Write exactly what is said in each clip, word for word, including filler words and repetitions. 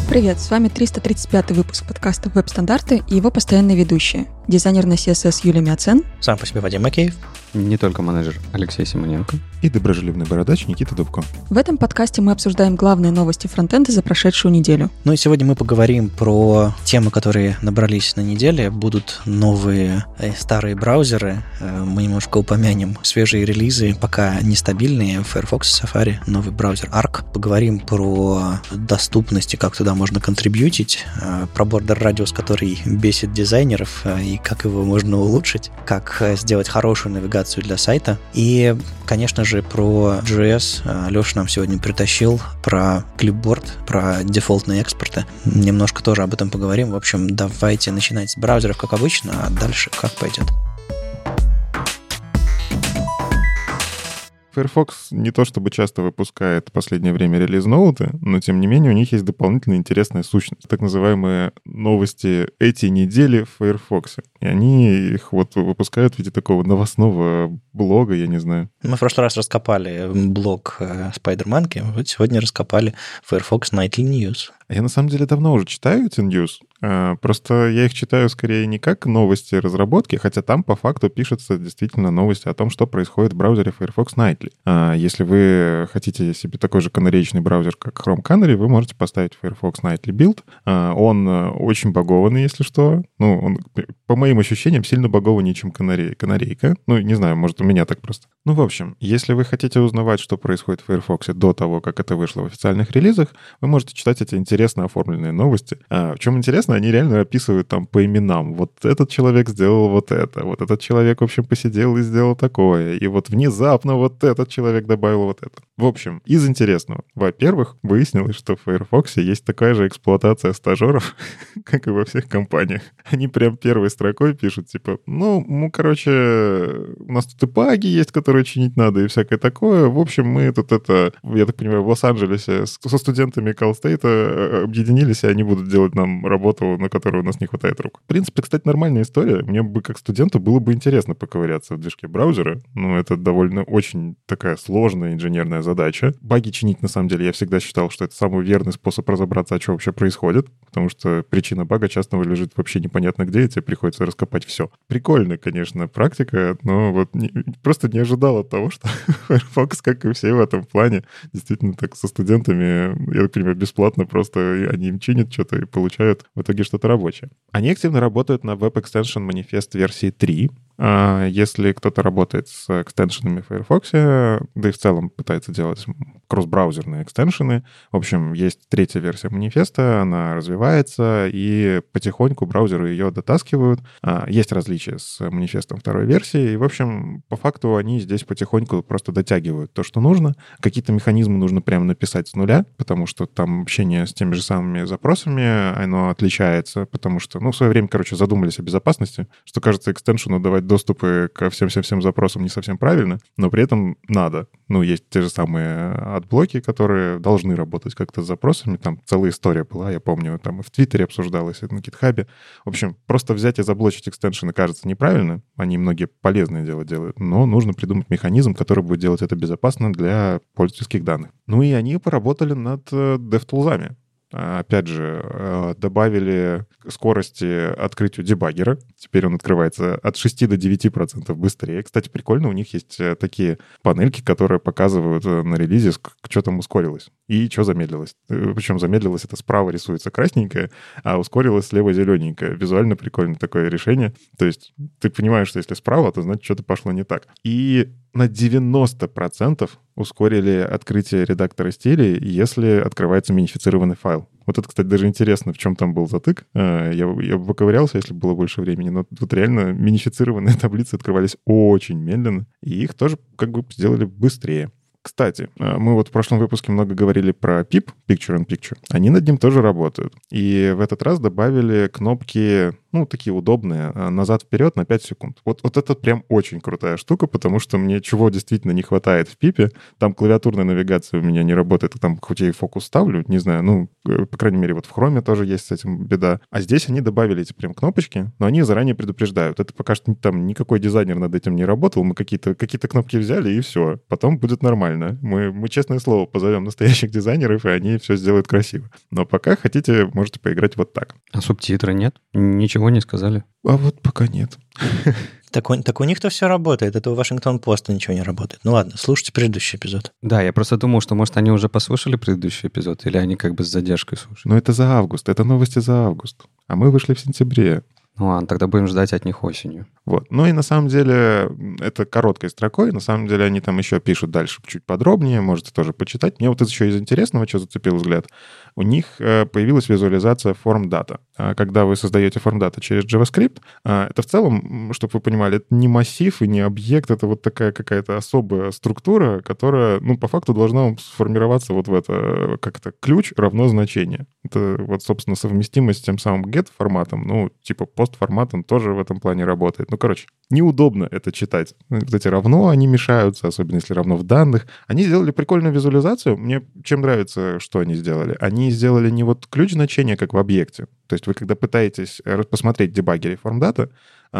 Привет, с вами триста тридцать пятый выпуск подкаста «Веб-стандарты» и его постоянные ведущие. Дизайнер на си эс эс Юлия Мяцен. Сам по себе Вадим Макеев. Не только менеджер Алексей Симоненко. И доброжелюбный бородач Никита Дубко. В этом подкасте мы обсуждаем главные новости фронтенда за прошедшую неделю. Ну и сегодня мы поговорим про темы, которые набрались на неделе. Будут новые и старые браузеры. Мы немножко упомянем свежие релизы, пока нестабильные. Firefox, Safari, новый браузер Arc. Поговорим про доступность и как туда можно контрибьютить. Про Border Radius, который бесит дизайнеров, и как его можно улучшить. Как сделать хорошую навигацию для сайта. И, конечно же, про джей эс Леша нам сегодня притащил, про клипборд, про дефолтные экспорты. Немножко тоже об этом поговорим. В общем, давайте начинать с браузеров, как обычно, а дальше как пойдет. Firefox не то чтобы часто выпускает в последнее время релиз-ноуты, но тем не менее у них есть дополнительная интересная сущность. Так называемые новости эти недели в Firefox. И они их вот выпускают в виде такого новостного блога, я не знаю. Мы в прошлый раз раскопали блог Spider-Monkey, вот сегодня раскопали Firefox Nightly News. Я на самом деле давно уже читаю эти news, просто я их читаю скорее не как новости разработки, хотя там по факту пишутся действительно новости о том, что происходит в браузере Firefox Nightly. Если вы хотите себе такой же канареечный браузер, как Chrome Canary, вы можете поставить Firefox Nightly Build. Он очень багованный, если что. Ну, он, по моим ощущениям, сильно багованнее, чем канарей, канарейка. Ну, не знаю, может, у меня так просто. Ну, в общем, если вы хотите узнавать, что происходит в Firefox до того, как это вышло в официальных релизах, вы можете читать эти интересные интересно оформленные новости. А, в чем интересно, они реально описывают там по именам. Вот этот человек сделал вот это, вот этот человек, в общем, посидел и сделал такое, и вот внезапно вот этот человек добавил вот это. В общем, из интересного. Во-первых, выяснилось, что в Firefox есть такая же эксплуатация стажеров, как и во всех компаниях. Они прям первой строкой пишут, типа, ну, ну, короче, у нас тут и баги есть, которые чинить надо, и всякое такое. В общем, мы тут это, я так понимаю, в Лос-Анджелесе со студентами Кал Стейта объединились, и они будут делать нам работу, на которую у нас не хватает рук. В принципе, кстати, нормальная история. Мне бы, как студенту, было бы интересно поковыряться в движке браузера. Ну, это довольно очень такая сложная инженерная задача. Баги чинить, на самом деле, я всегда считал, что это самый верный способ разобраться, а что вообще происходит, потому что причина бага часто лежит вообще непонятно где, и тебе приходится раскопать все. Прикольная, конечно, практика, но вот не, просто не ожидал от того, что Firefox, как и все в этом плане, действительно так со студентами, я так понимаю, бесплатно просто они им чинят что-то и получают в итоге что-то рабочее. Они активно работают на Web Extension Manifest версии три. Если кто-то работает с экстеншенами в Firefox, да и в целом пытается делать кросс-браузерные экстеншены, в общем, есть третья версия манифеста, она развивается, и потихоньку браузеры ее дотаскивают. Есть различия с манифестом второй версии, и, в общем, по факту они здесь потихоньку просто дотягивают то, что нужно. Какие-то механизмы нужно прямо написать с нуля, потому что там общение с теми же самыми запросами, оно отличается, потому что, ну, в свое время, короче, задумались о безопасности, что, кажется, экстеншену давать доступы ко всем-всем-всем запросам не совсем правильно, но при этом надо. Ну, есть те же самые отблоки, которые должны работать как-то с запросами. Там целая история была, я помню, там и в Твиттере обсуждалось, и на GitHub. В общем, просто взять и заблочить экстеншены кажется неправильно. Они многие полезные дела делают, но нужно придумать механизм, который будет делать это безопасно для пользовательских данных. Ну и они поработали над DevTools. Опять же, добавили скорости открытию дебаггера. Теперь он открывается от шести до девяти процентов быстрее. Кстати, прикольно, у них есть такие панельки, которые показывают на релизе, что там ускорилось и что замедлилось. Причем замедлилось это справа рисуется красненькое, а ускорилось слева зелененькое. Визуально прикольно такое решение. То есть ты понимаешь, что если справа, то значит что-то пошло не так. И на девяносто процентов ускорили открытие редактора стилей, если открывается минифицированный файл. Вот это, кстати, даже интересно, в чем там был затык. Я, я бы поковырялся, если бы было больше времени, но тут реально минифицированные таблицы открывались очень медленно, и их тоже как бы сделали быстрее. Кстати, мы вот в прошлом выпуске много говорили про пип, Picture in Picture. Они над ним тоже работают. И в этот раз добавили кнопки ну, такие удобные, назад-вперед на пять секунд. Вот, вот это прям очень крутая штука, потому что мне чего действительно не хватает в пипе. Там клавиатурная навигация у меня не работает, там хоть я и фокус ставлю, не знаю, ну, по крайней мере, вот в Chrome тоже есть с этим беда. А здесь они добавили эти прям кнопочки, но они заранее предупреждают. Это пока что там никакой дизайнер над этим не работал, мы какие-то какие кнопки взяли, и все. Потом будет нормально. Мы, мы, честное слово, позовем настоящих дизайнеров, и они все сделают красиво. Но пока хотите, можете поиграть вот так. А субтитры нет? Ничего не сказали? А вот пока нет. Так у, так у них-то все работает. Это у Вашингтон-Поста ничего не работает. Ну ладно, слушайте предыдущий эпизод. Да, я просто думал, что, может, они уже послушали предыдущий эпизод, или они как бы с задержкой слушают. Но это за август, это новости за август. А мы вышли в сентябре. Ну ладно, тогда будем ждать от них осенью. Вот. Ну и на самом деле это короткой строкой. На самом деле они там еще пишут дальше чуть подробнее, можете тоже почитать. Мне вот это еще из интересного, что зацепил взгляд. У них появилась визуализация форм-дата. Когда вы создаете форм-дата через JavaScript, это в целом, чтобы вы понимали, это не массив и не объект, это вот такая какая-то особая структура, которая, ну, по факту должна сформироваться вот в это, как-то ключ равно значение. Это вот, собственно, совместимость с тем самым get-форматом, ну, типа пост-форматом тоже в этом плане работает. Ну, короче, неудобно это читать. Вот эти равно, они мешаются, особенно если равно в данных. Они сделали прикольную визуализацию. Мне чем нравится, что они сделали. Они сделали не вот ключ значения, как в объекте. То есть вы, когда пытаетесь посмотреть в дебаггере форм-дата,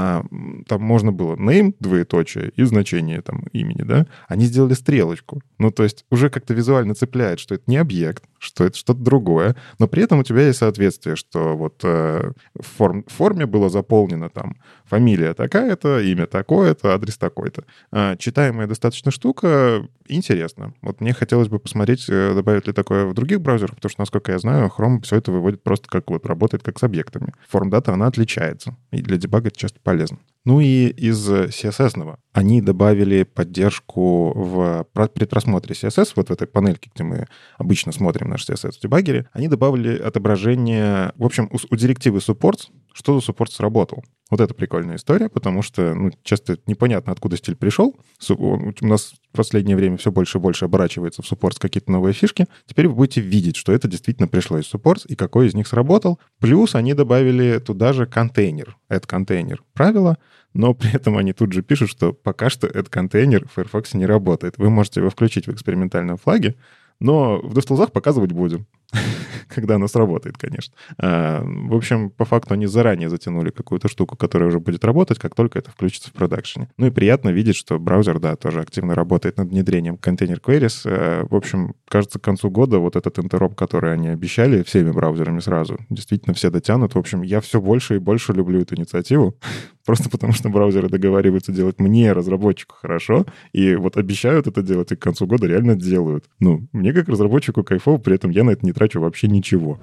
там можно было name, двоеточие, и значение там имени, да? Они сделали стрелочку. Ну, то есть уже как-то визуально цепляет, что это не объект, что это что-то другое, но при этом у тебя есть соответствие, что вот э, в, форм, в форме было заполнено там фамилия такая-то, имя такое-то, адрес такой-то. А, читаемая достаточно штука, интересно. Вот мне хотелось бы посмотреть, добавят ли такое в других браузерах, потому что, насколько я знаю, Chrome все это выводит просто как вот работает как с объектами. Форм-дата, она отличается, и для дебага это часто полезно. Ну и из си эс эс-ного они добавили поддержку в предпросмотре си эс эс, вот в этой панельке, где мы обычно смотрим наш си эс эс в дебаггере, они добавили отображение, в общем, у, у директивы supports, что за supports сработал. Вот это прикольная история, потому что ну, часто непонятно, откуда стиль пришел. У нас в последнее время все больше и больше оборачивается в supports какие-то новые фишки. Теперь вы будете видеть, что это действительно пришло из supports и какой из них сработал. Плюс они добавили туда же контейнер, add контейнер правило, но при этом они тут же пишут, что пока что этот контейнер в Firefox не работает. Вы можете его включить в экспериментальном флаге, но в DevTools показывать будем. Когда оно сработает, конечно. А, в общем, по факту они заранее затянули какую-то штуку, которая уже будет работать, как только это включится в продакшене. Ну и приятно видеть, что браузер, да, тоже активно работает над внедрением контейнер queries. А, в общем, кажется, к концу года вот этот интероп, который они обещали всеми браузерами сразу, действительно все дотянут. В общем, я все больше и больше люблю эту инициативу, просто потому что браузеры договариваются делать мне, разработчику, хорошо, и вот обещают это делать, и к концу года реально делают. Ну, мне как разработчику кайфово, при этом я на это не трачу вообще ничего.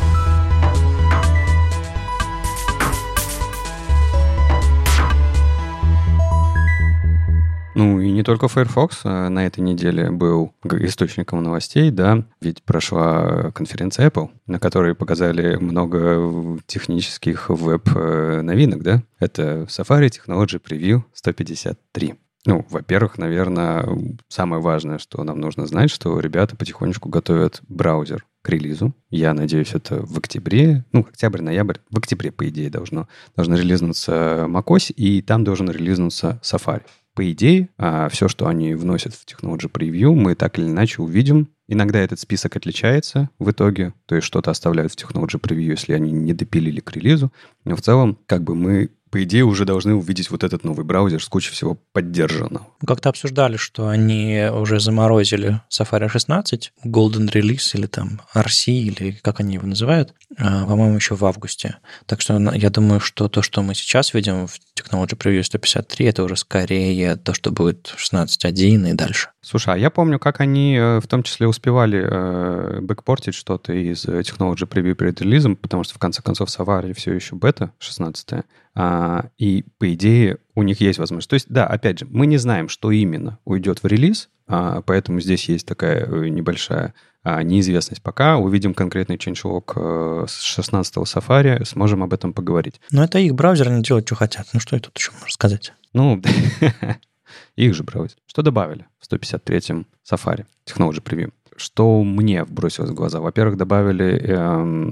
Ну и не только Firefox на этой неделе был источником новостей, да, ведь прошла конференция Apple, на которой показали много технических веб-новинок, да. Это Safari Technology Preview сто пятьдесят три. Ну, во-первых, наверное, самое важное, что нам нужно знать, что ребята потихонечку готовят браузер к релизу. Я надеюсь, это в октябре, ну, октябрь, ноябрь, в октябре, по идее, должно, должно релизнуться macOS, и там должен релизнуться Safari. По идее, все, что они вносят в Technology Preview, мы так или иначе увидим. Иногда этот список отличается в итоге, то есть что-то оставляют в Technology Preview, если они не допилили к релизу. Но в целом, как бы мы, по идее, уже должны увидеть вот этот новый браузер с кучей всего поддержанного. Как-то обсуждали, что они уже заморозили Safari шестнадцать, Golden Release или там ар си, или как они его называют, по-моему, еще в августе. Так что я думаю, что то, что мы сейчас видим в Technology Preview сто пятьдесят три, это уже скорее то, что будет шестнадцать точка один и дальше. Слушай, а я помню, как они в том числе успевали э, бэкпортить что-то из Technology Preview перед релизом, потому что, в конце концов, Safari все еще бета шестнадцатая, а, и, по идее, у них есть возможность. То есть, да, опять же, мы не знаем, что именно уйдет в релиз, а, поэтому здесь есть такая небольшая а, неизвестность пока. Увидим конкретный changelog э, с шестнадцатого Safari, сможем об этом поговорить. Но это их браузер, они делают, что хотят. Ну, что я тут еще можно сказать? Ну, их же браузер. Что добавили в сто пятьдесят третьем Safari Technology Preview? Что мне бросилось в глаза? Во-первых, добавили эм,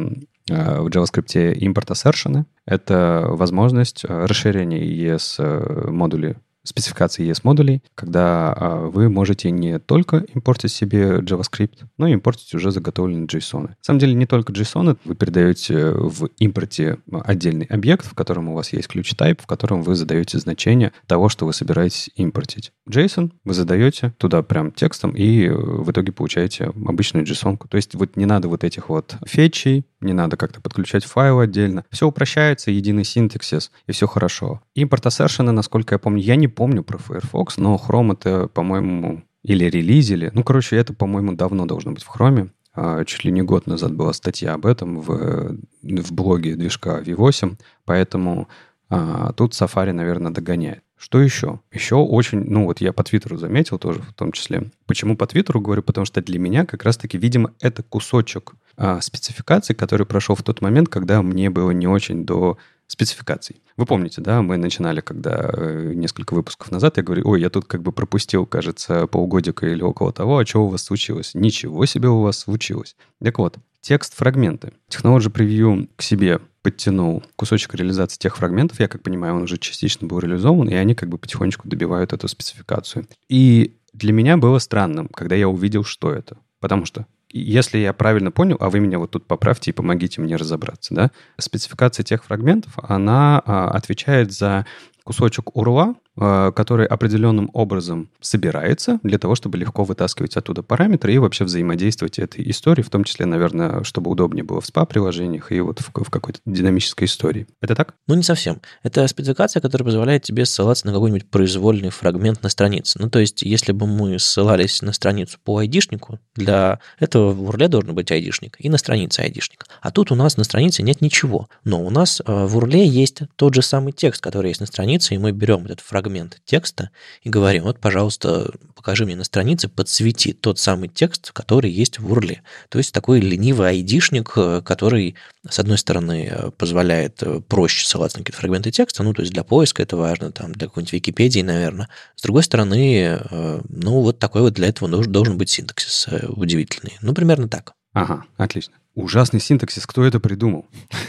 в JavaScript импорт assertion. Это возможность расширения и эс модулей, спецификации и эс-модулей, когда а, вы можете не только импортить себе JavaScript, но и импортить уже заготовленные JSON. На самом деле не только JSON, вы передаете в импорте отдельный объект, в котором у вас есть ключ-type, в котором вы задаете значение того, что вы собираетесь импортить. JSON вы задаете туда прям текстом, и в итоге получаете обычную JSON. То есть вот не надо вот этих вот фетчей, не надо как-то подключать файлы отдельно. Все упрощается, единый синтаксис, и все хорошо. Импорт assertion, насколько я помню, я не помню про Firefox, но Chrome это, по-моему, или релизили. Ну, короче, это, по-моему, давно должно быть в Chrome. Чуть ли не год назад была статья об этом в, в блоге движка ви восемь, поэтому а, тут Safari, наверное, догоняет. Что еще? Еще очень, ну вот я по Твиттеру заметил тоже в том числе. Почему по Твиттеру говорю? Потому что для меня как раз-таки, видимо, это кусочек а, спецификаций, который прошел в тот момент, когда мне было не очень до спецификаций. Вы помните, да, мы начинали, когда э, несколько выпусков назад, я говорю, ой, я тут как бы пропустил, кажется, полгодика или около того, а что у вас случилось? Ничего себе у вас случилось. Так вот, текст-фрагменты. Technology Preview к себе подтянул кусочек реализации тех фрагментов, я как понимаю, он уже частично был реализован, и они как бы потихонечку добивают эту спецификацию. И для меня было странным, когда я увидел, что это. Потому что, если я правильно понял, а вы меня вот тут поправьте и помогите мне разобраться, да, спецификация тех фрагментов, она а, отвечает за кусочек урла, а, который определенным образом собирается для того, чтобы легко вытаскивать оттуда параметры и вообще взаимодействовать этой историей, в том числе, наверное, чтобы удобнее было в спа-приложениях и вот в, в какой-то динамической истории. Это так? Ну, не совсем. Это спецификация, которая позволяет тебе ссылаться на какой-нибудь произвольный фрагмент на странице. Ну, то есть, если бы мы ссылались на страницу по айдишнику, для этого в урле должен быть айдишник, и на странице айдишник. А тут у нас на странице нет ничего. Но у нас в урле есть тот же самый текст, который есть на странице, и мы берем этот фрагмент текста и говорим, вот, пожалуйста, покажи мне на странице, подсвети тот самый текст, который есть в урле. То есть такой ленивый айдишник, который, с одной стороны, позволяет проще ссылаться на какие-то фрагменты текста, ну, то есть для поиска это важно, там, для какой-нибудь Википедии, наверное. С другой стороны, ну, вот такой вот для этого должен быть синтаксис удивительный. Ну, примерно так. Ага, отлично. Ужасный синтаксис, кто это придумал?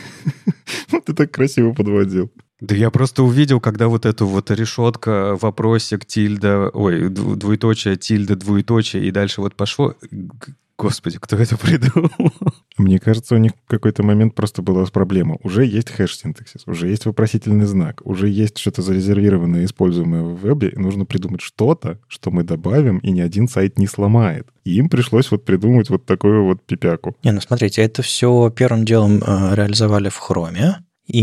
Ты так красиво подводил. Да я просто увидел, когда вот эту вот решетка, вопросик, тильда, ой, двоеточие, тильда, двоеточие, и дальше вот пошло. Господи, кто это придумал? Мне кажется, у них в какой-то момент просто была проблема. Уже есть хэш-синтаксис, уже есть вопросительный знак, уже есть что-то зарезервированное, используемое в вебе, и нужно придумать что-то, что мы добавим, и ни один сайт не сломает. И им пришлось вот придумать вот такую вот пипяку. Не, ну смотрите, это все первым делом э, реализовали в Хроме.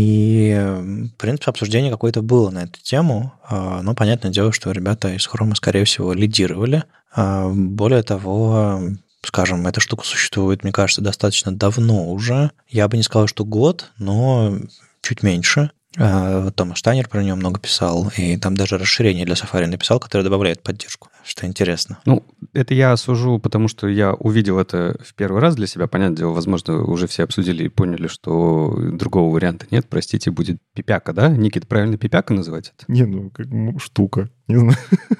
И, в принципе, обсуждение какое-то было на эту тему, но понятное дело, что ребята из Chrome, скорее всего, лидировали. Более того, скажем, эта штука существует, мне кажется, достаточно давно уже. Я бы не сказал, что год, но чуть меньше. Томас Штайнер про нее много писал, и там даже расширение для Safari написал, которое добавляет поддержку, что интересно. Ну, это я сужу, потому что я увидел это в первый раз для себя. Понятное дело, возможно, уже все обсудили и поняли, что другого варианта нет. Простите, будет пипяка, да? Никит, правильно пипяка называть это? Не, ну, как штука, не знаю.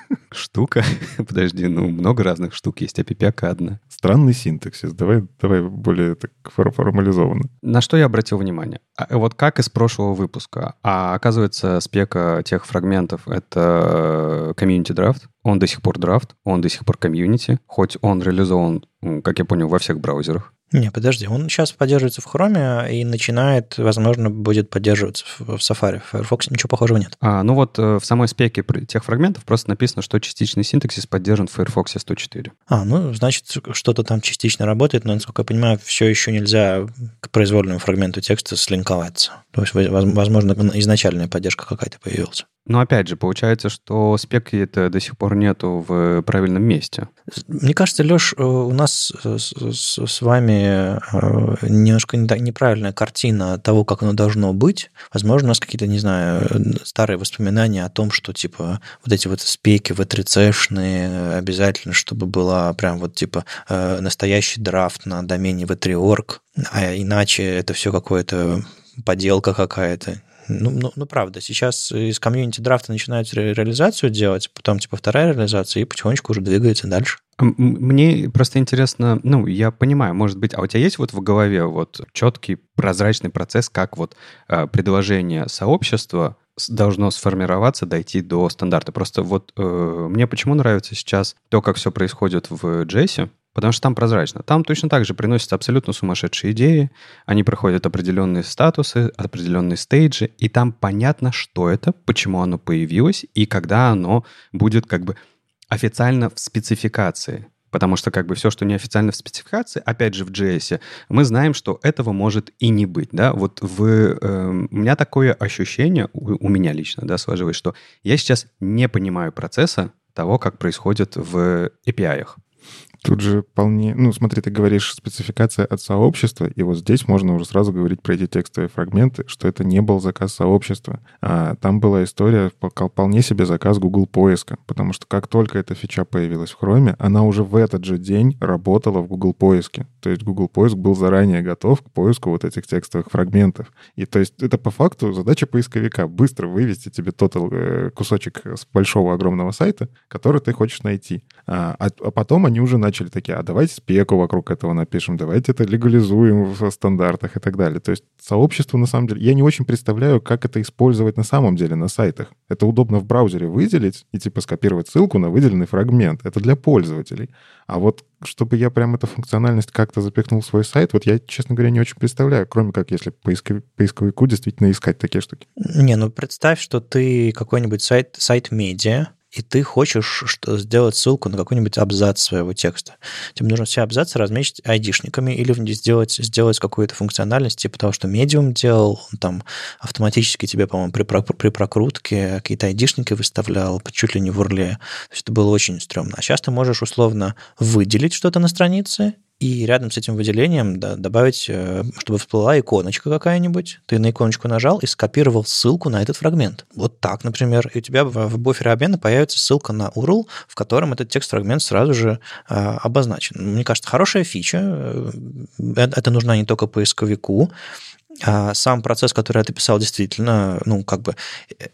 Штука? Подожди, ну, много разных штук есть, а пипяка одна. Странный синтаксис. Давай, давай более так формализованно. На что я обратил внимание? Вот как из прошлого выпуска. А оказывается, спека тех фрагментов — это комьюнити драфт. Он до сих пор драфт, он до сих пор комьюнити, хоть он реализован, как я понял, во всех браузерах. Не, подожди, он сейчас поддерживается в Chrome и начинает, возможно, будет поддерживаться в Safari. В Firefox ничего похожего нет. А, ну вот в самой спеке тех фрагментов просто написано, что частичный синтаксис поддержан в Firefox сто четыре. А, ну, значит, что-то там частично работает, но, насколько я понимаю, все еще нельзя к произвольному фрагменту текста слинковаться. То есть, возможно, изначальная поддержка какая-то появилась. Но опять же, получается, что спеки это до сих пор нету в правильном месте. Мне кажется, Леш, у нас с, с, с вами немножко неправильная картина того, как оно должно быть. Возможно, у нас какие-то, не знаю, старые воспоминания о том, что типа вот эти вот спеки ви три си-шные обязательно, чтобы была прям вот типа настоящий драфт на домене ви три точка орг, а иначе это все какое-то поделка какая-то. Ну, ну, ну, правда, сейчас из комьюнити драфта начинают ре- реализацию делать, потом типа вторая реализация, и потихонечку уже двигается дальше. Мне просто интересно, ну, я понимаю, может быть, а у тебя есть вот в голове вот четкий прозрачный процесс, как вот э, предложение сообщества должно сформироваться, дойти до стандарта? Просто вот э, мне почему нравится сейчас то, как все происходит в джейсе, потому что там прозрачно. Там точно так же приносятся абсолютно сумасшедшие идеи, они проходят определенные статусы, определенные стейджи, и там понятно, что это, почему оно появилось, и когда оно будет как бы официально в спецификации. Потому что как бы все, что неофициально в спецификации, опять же в джей эс, мы знаем, что этого может и не быть. Да? Вот в, э, у меня такое ощущение, у, у меня лично да, сложилось, что я сейчас не понимаю процесса того, как происходит в эй пи ай-ах. Тут же вполне... Ну, смотри, ты говоришь спецификация от сообщества, и вот здесь можно уже сразу говорить про эти текстовые фрагменты, что это не был заказ сообщества. А там была история, вполне себе заказ Google поиска, потому что как только эта фича появилась в Chrome, она уже в этот же день работала в Google поиске. То есть Google поиск был заранее готов к поиску вот этих текстовых фрагментов. И то есть это по факту задача поисковика — быстро вывести тебе тот кусочек с большого огромного сайта, который ты хочешь найти. А, а потом они уже начали такие, а давайте спеку вокруг этого напишем, давайте это легализуем в стандартах и так далее. То есть сообщество, на самом деле, я не очень представляю, как это использовать на самом деле на сайтах. Это удобно в браузере выделить и типа скопировать ссылку на выделенный фрагмент. Это для пользователей. А вот чтобы я прям эту функциональность как-то запихнул в свой сайт, вот я, честно говоря, не очень представляю, кроме как если поисков... поисковику действительно искать такие штуки. Не, ну представь, что ты какой-нибудь сайт, сайт-медиа, и ты хочешь что, сделать ссылку на какой-нибудь абзац своего текста. Тебе нужно все абзацы размечить айдишниками или сделать, сделать какую-то функциональность, типа того, что Medium делал, он там автоматически тебе, по-моему, при, при прокрутке какие-то айдишники выставлял, чуть ли не в урле. То есть это было очень стрёмно. А сейчас ты можешь условно выделить что-то на странице, и рядом с этим выделением да, добавить, чтобы всплыла иконочка какая-нибудь. Ты на иконочку нажал и скопировал ссылку на этот фрагмент. Вот так, например. И у тебя в буфере обмена появится ссылка на ю ар эл, в котором этот текст-фрагмент сразу же э, обозначен. Мне кажется, хорошая фича. Это нужна не только поисковику. А сам процесс, который я описал, действительно, ну, как бы...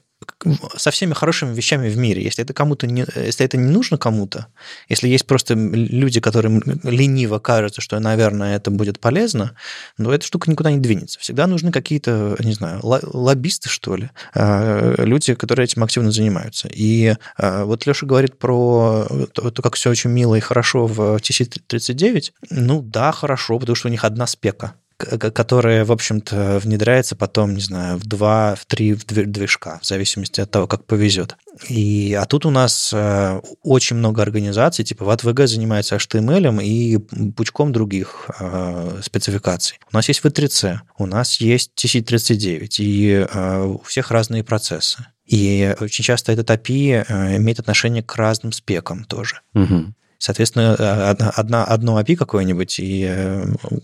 со всеми хорошими вещами в мире. Если это кому-то не, если это не нужно кому-то, если есть просто люди, которым лениво кажется, что, наверное, это будет полезно, но эта штука никуда не двинется. Всегда нужны какие-то, не знаю, лоббисты, что ли, люди, которые этим активно занимаются. И вот Леша говорит про то, как все очень мило и хорошо в ти си тридцать девять. Ну да, хорошо, потому что у них одна спека, которая, в общем-то, внедряется потом, не знаю, в два, в три движка, в зависимости от того, как повезет. И, а тут у нас э, очень много организаций, типа в эй ти ви джи занимается эйч ти эм эл и пучком других э, спецификаций. У нас есть ви три си, у нас есть ти си тридцать девять, и э, у всех разные процессы. И очень часто этот эй пи ай э, имеет отношение к разным спекам тоже. Угу. Соответственно, одна, одно эй пи ай какое-нибудь и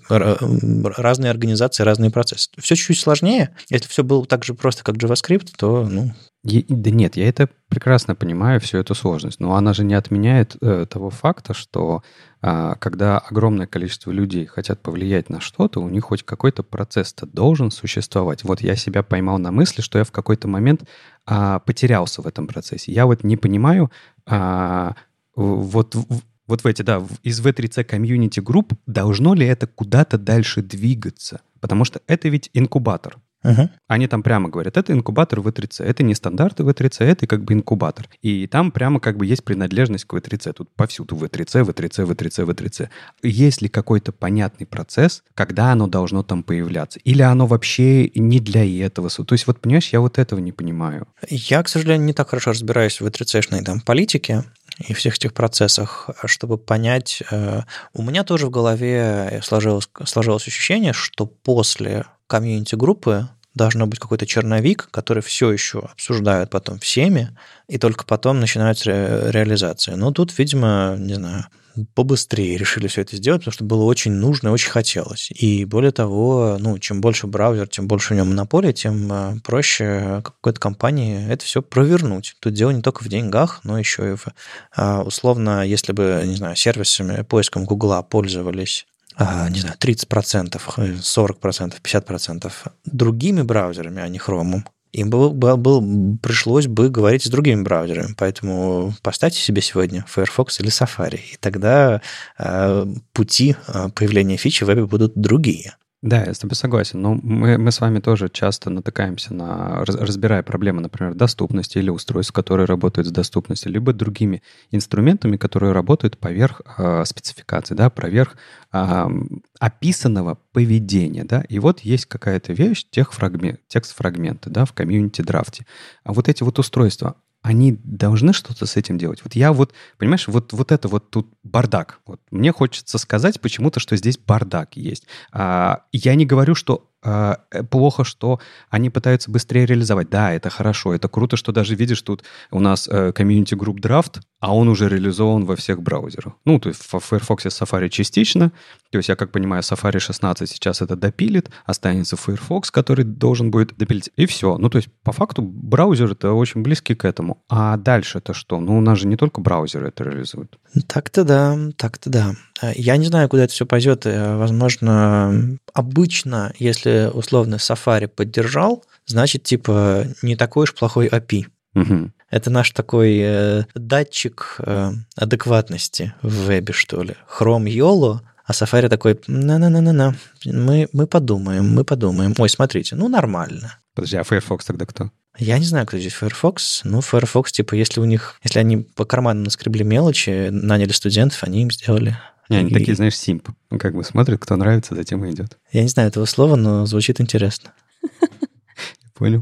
разные организации, разные процессы. Все чуть-чуть сложнее. Если все было так же просто, как JavaScript, то, ну... Да нет, я это прекрасно понимаю, всю эту сложность, но она же не отменяет э, того факта, что э, когда огромное количество людей хотят повлиять на что-то, у них хоть какой-то процесс-то должен существовать. Вот я себя поймал на мысли, что я в какой-то момент э, потерялся в этом процессе. Я вот не понимаю... Э, Вот, вот в эти, да, из ви три си комьюнити групп должно ли это куда-то дальше двигаться? Потому что это ведь инкубатор. Uh-huh. Они там прямо говорят, это инкубатор ви три си, это не стандарты ви три си, это как бы инкубатор. И там прямо как бы есть принадлежность к ви три си. Тут повсюду ви три си, ви три си, ви три си, ви три си. Есть ли какой-то понятный процесс, когда оно должно там появляться? Или оно вообще не для этого? То есть вот, понимаешь, я вот этого не понимаю. Я, к сожалению, не так хорошо разбираюсь в ви три си-шной там политике и всех этих процессах, чтобы понять. У меня тоже в голове сложилось, сложилось ощущение, что после комьюнити-группы должно быть какой-то черновик, который все еще обсуждают потом всеми, и только потом начинается ре- реализация. Но тут, видимо, не знаю, побыстрее решили все это сделать, потому что было очень нужно и очень хотелось. И более того, ну, чем больше браузер, тем больше в нем монополия, тем проще какой-то компании это все провернуть. Тут дело не только в деньгах, но еще и в... Условно, если бы, не знаю, сервисами, поиском Гугла пользовались не знаю, тридцать процентов, сорок процентов, пятьдесят процентов другими браузерами, а не Chrome, им был, был, был, пришлось бы говорить с другими браузерами. Поэтому поставьте себе сегодня Firefox или Safari, и тогда э, пути появления фичи в вебе будут другие. Да, я с тобой согласен. Но мы, мы с вами тоже часто натыкаемся на, разбирая проблемы, например, доступности или устройств, которые работают с доступностью, либо другими инструментами, которые работают поверх э, спецификации, да, поверх э, описанного поведения. Да? И вот есть какая-то вещь, техфрагмент, текст-фрагменты, да, в комьюнити-драфте. А вот эти вот устройства, они должны что-то с этим делать. Вот я вот, понимаешь, вот, вот это вот тут бардак. Вот мне хочется сказать почему-то, что здесь бардак есть. А, я не говорю, что а, плохо, что они пытаются быстрее реализовать. Да, это хорошо, это круто, что даже видишь, тут у нас э, комьюнити групп драфт, а он уже реализован во всех браузерах. Ну, то есть в Firefox и Safari частично. То есть я, как понимаю, Safari шестнадцать сейчас это допилит, останется Firefox, который должен будет допилить, и все. Ну, то есть по факту браузеры-то очень близки к этому. А дальше-то что? Ну, у нас же не только браузеры это реализуют. Так-то да, так-то да. Я не знаю, куда это все пойдет. Возможно, обычно, если условно Safari поддержал, значит, типа, не такой уж плохой эй пи ай. Угу. Это наш такой э, датчик э, адекватности в вебе, что ли. Chrome YOLO, а Safari такой, на-на-на-на-на, мы, мы подумаем, мы подумаем. Ой, смотрите, ну нормально. Подожди, а Firefox тогда кто? Я не знаю, кто здесь Firefox. Ну, Firefox, типа, если у них, если они по карманам наскребли мелочи, наняли студентов, они им сделали. Не, они и... такие, знаешь, симп. Ну, как бы смотрят, кто нравится, затем и идет. Я не знаю этого слова, но звучит интересно. Понял.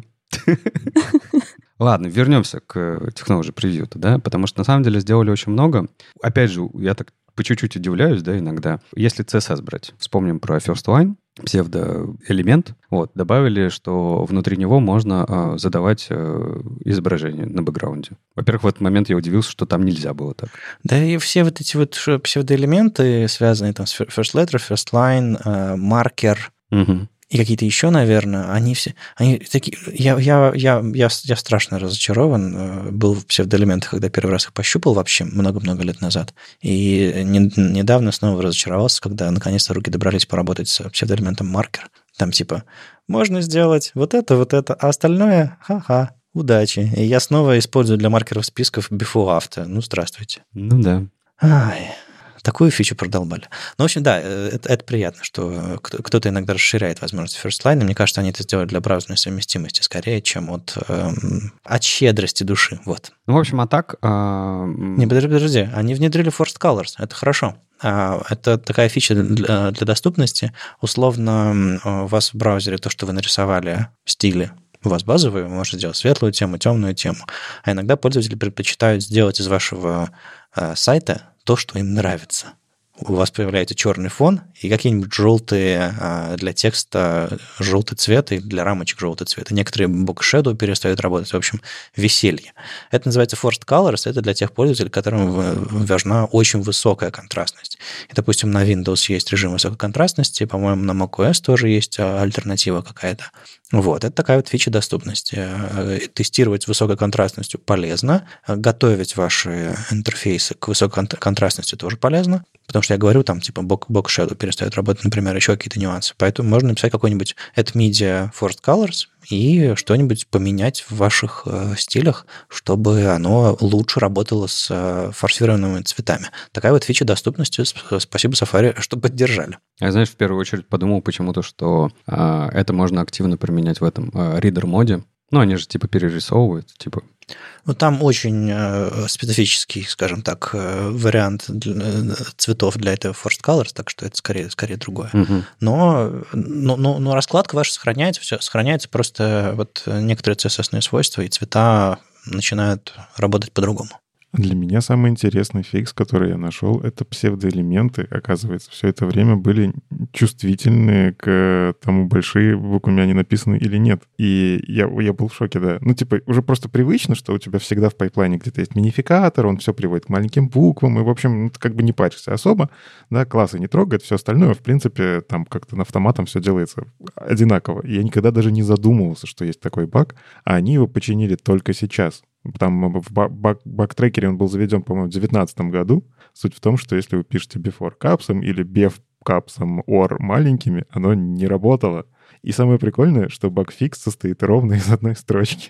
Ладно, вернемся к Technology Preview, да, потому что на самом деле сделали очень много. Опять же, я так по чуть-чуть удивляюсь, да, иногда. Если си эс эс брать, вспомним про First Line, псевдоэлемент, вот, добавили, что внутри него можно э, задавать э, изображение на бэкграунде. Во-первых, в этот момент я удивился, что там нельзя было так. Да и все вот эти вот псевдоэлементы, связанные там с First Letter, First Line, э, маркер, угу. И какие-то еще, наверное, они все... Они такие, я, я, я, я, я страшно разочарован. Был в псевдоэлементах, когда первый раз их пощупал вообще много-много лет назад. И не, недавно снова разочаровался, когда наконец-то руки добрались поработать с псевдоэлементом маркер. Там типа, можно сделать вот это, вот это, а остальное, ха-ха, удачи. И я снова использую для маркеров списков before after. Ну, здравствуйте. Ну да. Ай... Такую фичу продолбали. Ну, в общем, да, это, это приятно, что кто-то иногда расширяет возможности First Line. Мне кажется, они это сделали для браузерной совместимости скорее, чем от, эм, от щедрости души. Вот. Ну, в общем, а так... Э... Не, подожди, подожди. Они внедрили Forced Colors. Это хорошо. Это такая фича для, для доступности. Условно, у вас в браузере то, что вы нарисовали в стиле, у вас базовый, вы можете сделать светлую тему, темную тему. А иногда пользователи предпочитают сделать из вашего э, сайта то, что им нравится. У вас появляется черный фон и какие-нибудь желтые для текста желтый цвет и для рамочек желтый цвет. И некоторые box shadow перестают работать. В общем, веселье. Это называется forced colors. Это для тех пользователей, которым важна очень высокая контрастность. И, допустим, на Windows есть режим высокой контрастности. По-моему, на macOS тоже есть альтернатива какая-то. Вот. Это такая вот фича доступности. Тестировать с высокой контрастностью полезно. Готовить ваши интерфейсы к высокой контрастности тоже полезно. Потому что я говорю, там, типа, box shadow перестает работать, например, еще какие-то нюансы. Поэтому можно написать какой-нибудь add media forced colors и что-нибудь поменять в ваших э, стилях, чтобы оно лучше работало с э, форсированными цветами. Такая вот фича доступности. Спасибо Safari, что поддержали. Я, знаешь, в первую очередь подумал почему-то, что э, это можно активно применять в этом э, reader-моде. Ну, они же, типа, перерисовывают, типа... Ну, там очень э, специфический, скажем так, э, вариант для, э, цветов для этого Forced Colors, так что это скорее, скорее другое. Uh-huh. Но, но, но, но раскладка ваша сохраняется, все сохраняется, просто вот некоторые си эс эс-ные свойства и цвета начинают работать по-другому. Для меня самый интересный фикс, который я нашел, это псевдоэлементы. Оказывается, все это время были чувствительны к тому, большие буквами они написаны или нет. И я, я был в шоке, да. Ну, типа, уже просто привычно, что у тебя всегда в пайплайне где-то есть минификатор, он все приводит к маленьким буквам, и, в общем, ты как бы не паришься особо, да, классы не трогает, все остальное, в принципе, там как-то автоматом все делается одинаково. И я никогда даже не задумывался, что есть такой баг, а они его починили только сейчас. Там в баг-трекере он был заведен, по-моему, в две тысячи девятнадцатом году. Суть в том, что если вы пишете before капсом или bef капсом or маленькими, оно не работало. И самое прикольное, что багфикс состоит ровно из одной строчки.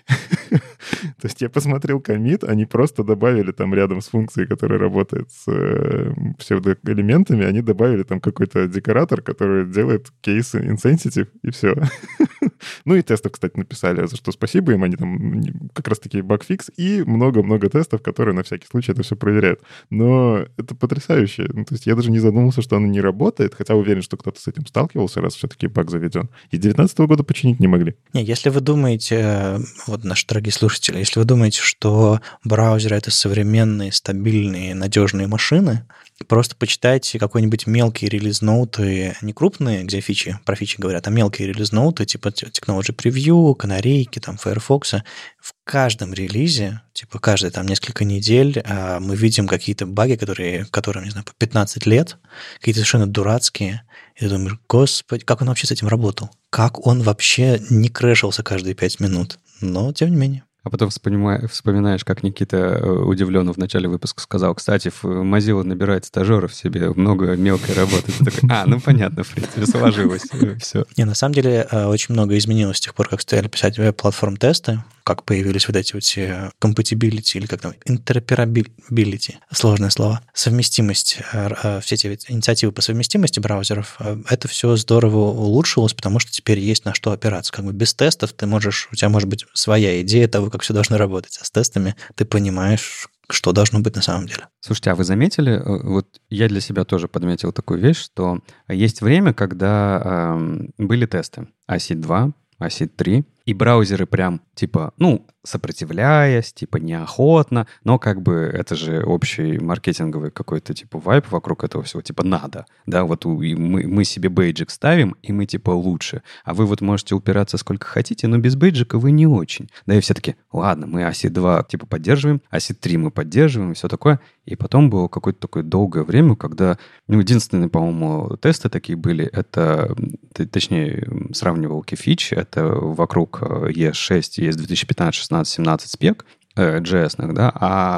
То есть я посмотрел коммит, они просто добавили там рядом с функцией, которая работает с э, псевдоэлементами, они добавили там какой-то декоратор, который делает кейс insensitive, и все. Ну и тестов, кстати, написали, за что спасибо им. Они там как раз-таки багфикс и много-много тестов, которые на всякий случай это все проверяют. Но это потрясающе. Ну, то есть я даже не задумался, что оно не работает, хотя уверен, что кто-то с этим сталкивался, раз все-таки баг заведен. И девятнадцатого года починить не могли. Не, если вы думаете, вот наши дорогие слушатели, если вы думаете, что браузеры — это современные, стабильные, надежные машины, просто почитайте какой-нибудь мелкий релиз-ноуты, не крупные, где фичи, про фичи говорят, а мелкие релиз-ноуты, типа Technology Preview, канарейки, там, Firefox. В каждом релизе, типа каждые там несколько недель мы видим какие-то баги, которые, которым, не знаю, по пятнадцать лет, какие-то совершенно дурацкие. И ты думаешь, господи, как он вообще с этим работал? Как он вообще не крэшился каждые пять минут? Но, тем не менее. А потом вспоминаешь, как Никита удивленно в начале выпуска сказал, кстати, Mozilla набирает стажеров себе, много мелкой работы. Ты такой, а, ну понятно, в принципе, сложилось. Все. Не, на самом деле очень много изменилось с тех пор, как стали писать веб-платформ-тесты, как появились вот эти вот все compatibility, или как там, interoperability, сложное слово, совместимость, все эти инициативы по совместимости браузеров, это все здорово улучшилось, потому что теперь есть на что опираться. Как бы без тестов ты можешь, у тебя может быть своя идея того, как все должно работать, а с тестами ты понимаешь, что должно быть на самом деле. Слушайте, а вы заметили, вот я для себя тоже подметил такую вещь, что есть время, когда э, были тесты асид два, асид три, и браузеры прям, типа, ну, сопротивляясь, типа, неохотно, но как бы это же общий маркетинговый какой-то, типа, вайп вокруг этого всего, типа, надо, да, вот мы, мы себе бейджик ставим, и мы, типа, лучше, а вы вот можете упираться сколько хотите, но без бейджика вы не очень. Да, и все таки ладно, мы асид два, типа, поддерживаем, асид три мы поддерживаем, и все такое, и потом было какое-то такое долгое время, когда, ну, единственные, по-моему, тесты такие были, это, точнее, сравнивал Keyfitch, это вокруг и эс шесть, и эс две тысячи пятнадцать, шестнадцать, семнадцать спек э, джей эс-ных, да,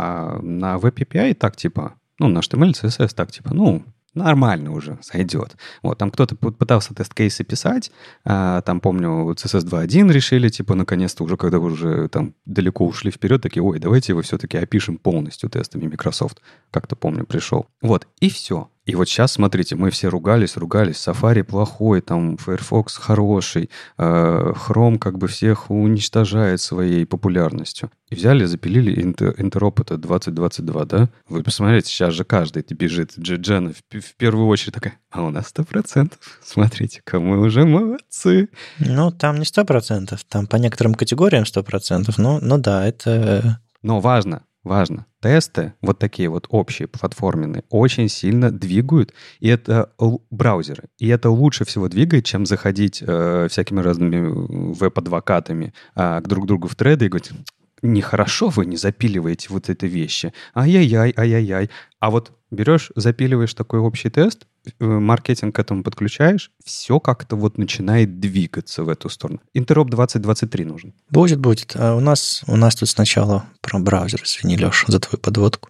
а на веб эй пи ай так типа, ну, на эйч ти эм эль, си эс эс так типа, ну, нормально уже, сойдет. Вот, там кто-то пытался тест-кейсы писать, а, там, помню, си эс эс два точка один решили, типа, наконец-то уже, когда уже там далеко ушли вперед, такие, ой, давайте его все-таки опишем полностью тестами Microsoft. Как-то, помню, пришел. Вот, и все. И вот сейчас, смотрите, мы все ругались, ругались, Safari плохой, там, Firefox хороший, э, Chrome как бы всех уничтожает своей популярностью. И взяли, запилили интероп это двадцать двадцать два, да? Вы посмотрите, сейчас же каждый бежит, Джена в, в первую очередь такая, а у нас сто процентов, смотрите-ка, мы уже молодцы. Ну, там не сто процентов, там по некоторым категориям сто процентов, но, ну да, это... Но важно, важно. Тесты, вот такие вот общие, платформенные, очень сильно двигают, и это браузеры. И это лучше всего двигает, чем заходить э, всякими разными веб-адвокатами э, к друг другу в треды и говорить, нехорошо вы не запиливаете вот эти вещи. Ай-яй-яй, ай-яй-яй. А вот берешь, запиливаешь такой общий тест, маркетинг к этому подключаешь, все как-то вот начинает двигаться в эту сторону. Интероп двадцать двадцать три нужен. Будет, будет. А у нас, у нас тут сначала про браузер. Извини, Леш, за твою подводку.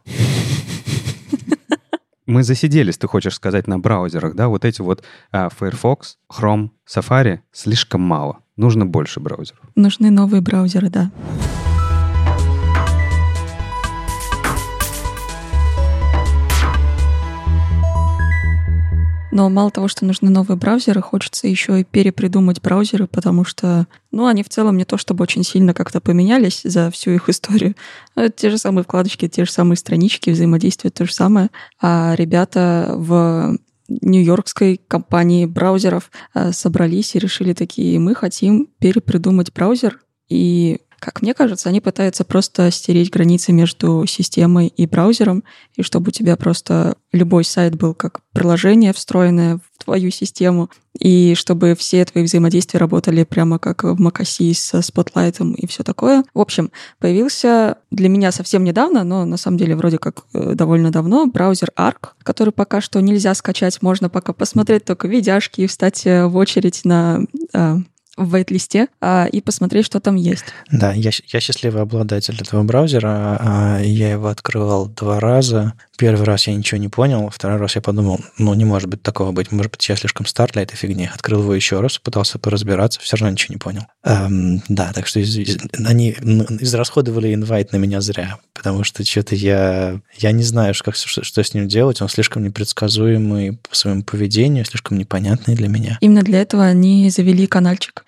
Мы засиделись, ты хочешь сказать, на браузерах, да? Вот эти вот а, Firefox, Chrome, Safari слишком мало. Нужно больше браузеров. Нужны новые браузеры, да. Но мало того, что нужны новые браузеры, хочется еще и перепридумать браузеры, потому что, ну, они в целом не то чтобы очень сильно как-то поменялись за всю их историю. Это те же самые вкладочки, те же самые странички, взаимодействие то же самое. А ребята в нью-йоркской компании браузеров собрались и решили такие, мы хотим перепридумать браузер, и... Как мне кажется, они пытаются просто стереть границы между системой и браузером, и чтобы у тебя просто любой сайт был как приложение, встроенное в твою систему, и чтобы все твои взаимодействия работали прямо как в macOS со Spotlight и все такое. В общем, появился для меня совсем недавно, но на самом деле вроде как довольно давно, браузер Arc, который пока что нельзя скачать, можно пока посмотреть только видяшки и встать в очередь на... в вейт-листе а, и посмотреть, что там есть. Да, я, я счастливый обладатель этого браузера. А, я его открывал два раза. Первый раз я ничего не понял, второй раз я подумал, ну, не может быть такого быть. Может быть, я слишком стар для этой фигни. Открыл его еще раз, пытался поразбираться, все равно ничего не понял. Эм, да, так что из, из, они израсходовали инвайт на меня зря, потому что что-то я, я не знаю, как, что, что с ним делать. Он слишком непредсказуемый по своему поведению, слишком непонятный для меня. Именно для этого они завели канальчик.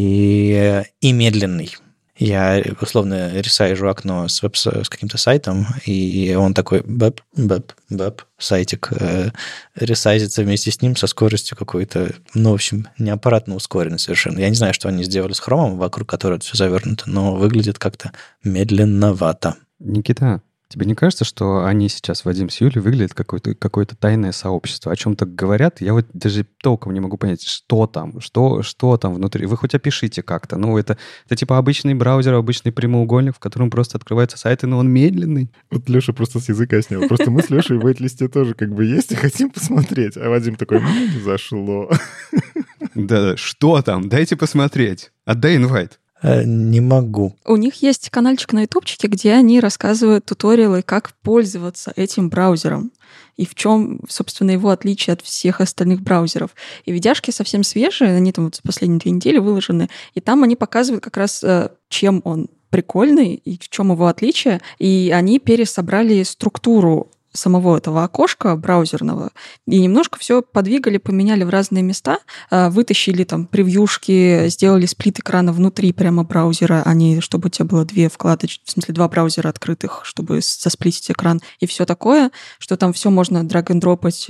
И, и медленный. Я условно ресайжу окно с, веб- с каким-то сайтом, и он такой бэп, бэп, бэп, сайтик э, ресайзится вместе с ним со скоростью какой-то, ну, в общем, неаппаратно ускоренной совершенно. Я не знаю, что они сделали с хромом, вокруг которого это все завернуто, но выглядит как-то медленновато. Никита, тебе не кажется, что они сейчас, Вадим с Юлей, выглядят как какое-то, какое-то тайное сообщество? О чем-то говорят? Я вот даже толком не могу понять, что там, что, что там внутри. Вы хоть опишите как-то. Ну, это, это типа обычный браузер, обычный прямоугольник, в котором просто открываются сайты, но он медленный. Вот Леша просто с языка снял. Просто мы с Лешей в вейт-листе тоже как бы есть и хотим посмотреть. А Вадим такой, ну, не зашло. Да-да, что там? Дайте посмотреть. Отдай инвайт. Не могу. У них есть канальчик на ютубчике, где они рассказывают туториалы, как пользоваться этим браузером и в чем, собственно, его отличие от всех остальных браузеров. И видяшки совсем свежие, они там вот за последние две недели выложены, и там они показывают как раз, чем он прикольный и в чем его отличие, и они пересобрали структуру самого этого окошка браузерного и немножко все подвигали, поменяли в разные места, вытащили там превьюшки, сделали сплит экрана внутри прямо браузера, а не чтобы у тебя было две вкладочки, в смысле два браузера открытых, чтобы засплитить экран и все такое, что там все можно драг-н-дропать,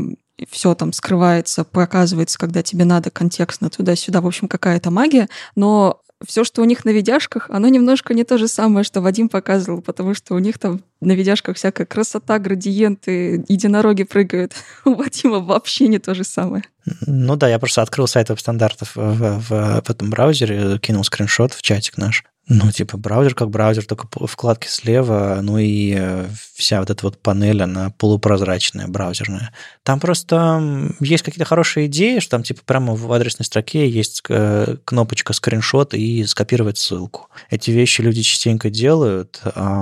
все там скрывается, показывается, когда тебе надо контекстно туда-сюда, в общем, какая-то магия, но все, что у них на видяшках, оно немножко не то же самое, что Вадим показывал, потому что у них там на видяшках всякая красота, градиенты, единороги прыгают. У Вадима вообще не то же самое. Ну да, я просто открыл сайт веб-стандартов в, в, в этом браузере, кинул скриншот в чатик наш. Ну, типа, браузер как браузер, только вкладки слева, ну и вся вот эта вот панель, она полупрозрачная, браузерная. Там просто есть какие-то хорошие идеи, что там, типа, прямо в адресной строке есть кнопочка скриншот и скопировать ссылку. Эти вещи люди частенько делают,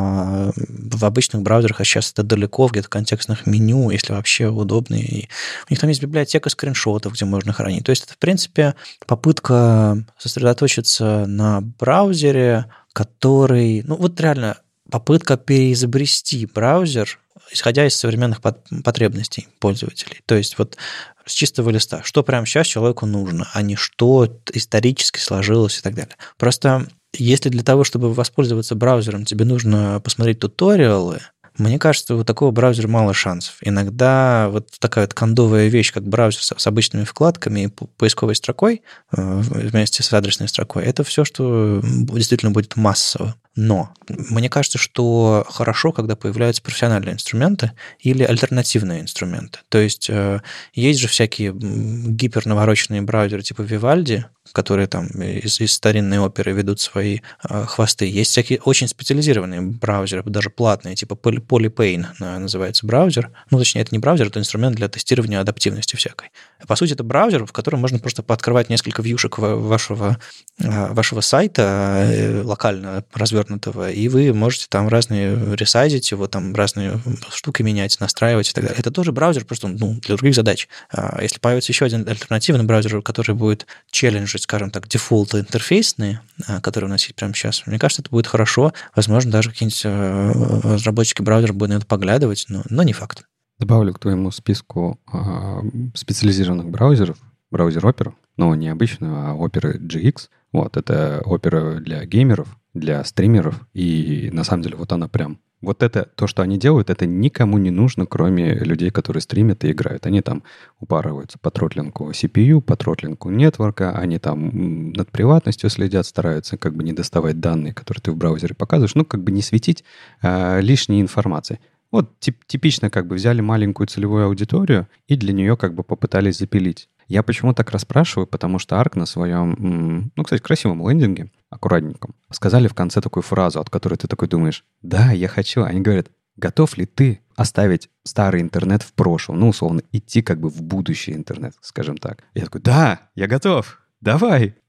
а в обычных браузерах, а сейчас это далеко, где-то в контекстных меню, если вообще удобно. И у них там есть библиотека скриншотов, где можно хранить. То есть это, в принципе, попытка сосредоточиться на браузере, который, ну вот реально попытка переизобрести браузер, исходя из современных потребностей пользователей. То есть вот с чистого листа, что прямо сейчас человеку нужно, а не что исторически сложилось и так далее. Просто если для того, чтобы воспользоваться браузером, тебе нужно посмотреть туториалы, мне кажется, у такого браузера мало шансов. Иногда вот такая вот кондовая вещь, как браузер с обычными вкладками и поисковой строкой вместе с адресной строкой, это все, что действительно будет массово. Но мне кажется, что хорошо, когда появляются профессиональные инструменты или альтернативные инструменты. То есть есть же всякие гипернавороченные браузеры типа Vivaldi, которые там из, из старинной оперы ведут свои э, хвосты. Есть всякие очень специализированные браузеры, даже платные, типа Polypane называется браузер. Ну, точнее, это не браузер, это инструмент для тестирования адаптивности всякой. По сути, это браузер, в котором можно просто пооткрывать несколько вьюшек вашего, вашего сайта локально развернутого, и вы можете там разные ресайзить его, там разные штуки менять, настраивать и так далее. Это тоже браузер, просто ну, для других задач. Если появится еще один альтернативный браузер, который будет челленджить, скажем так, дефолты интерфейсные, которые у нас есть прямо сейчас, мне кажется, это будет хорошо. Возможно, даже какие-нибудь разработчики браузеров будут на это поглядывать, но, но не факт. Добавлю к твоему списку э, специализированных браузеров, браузер Opera, но не обычного, а Opera джи икс. Вот, это Opera для геймеров, для стримеров, и на самом деле вот она прям... Вот это, то, что они делают, это никому не нужно, кроме людей, которые стримят и играют. Они там упарываются по тротлингу си пи ю, по тротлингу нетворка, они там над приватностью следят, стараются как бы не доставать данные, которые ты в браузере показываешь, ну, как бы не светить а, лишней информации. Вот тип, типично как бы взяли маленькую целевую аудиторию и для нее как бы попытались запилить. Я почему так расспрашиваю, потому что Arc на своем, ну, кстати, красивом лендинге, аккуратненьком, сказали в конце такую фразу, от которой ты такой думаешь, да, я хочу. Они говорят, готов ли ты оставить старый интернет в прошлом? Ну, условно, идти как бы в будущий интернет, скажем так. Я такой, да, я готов. Давай.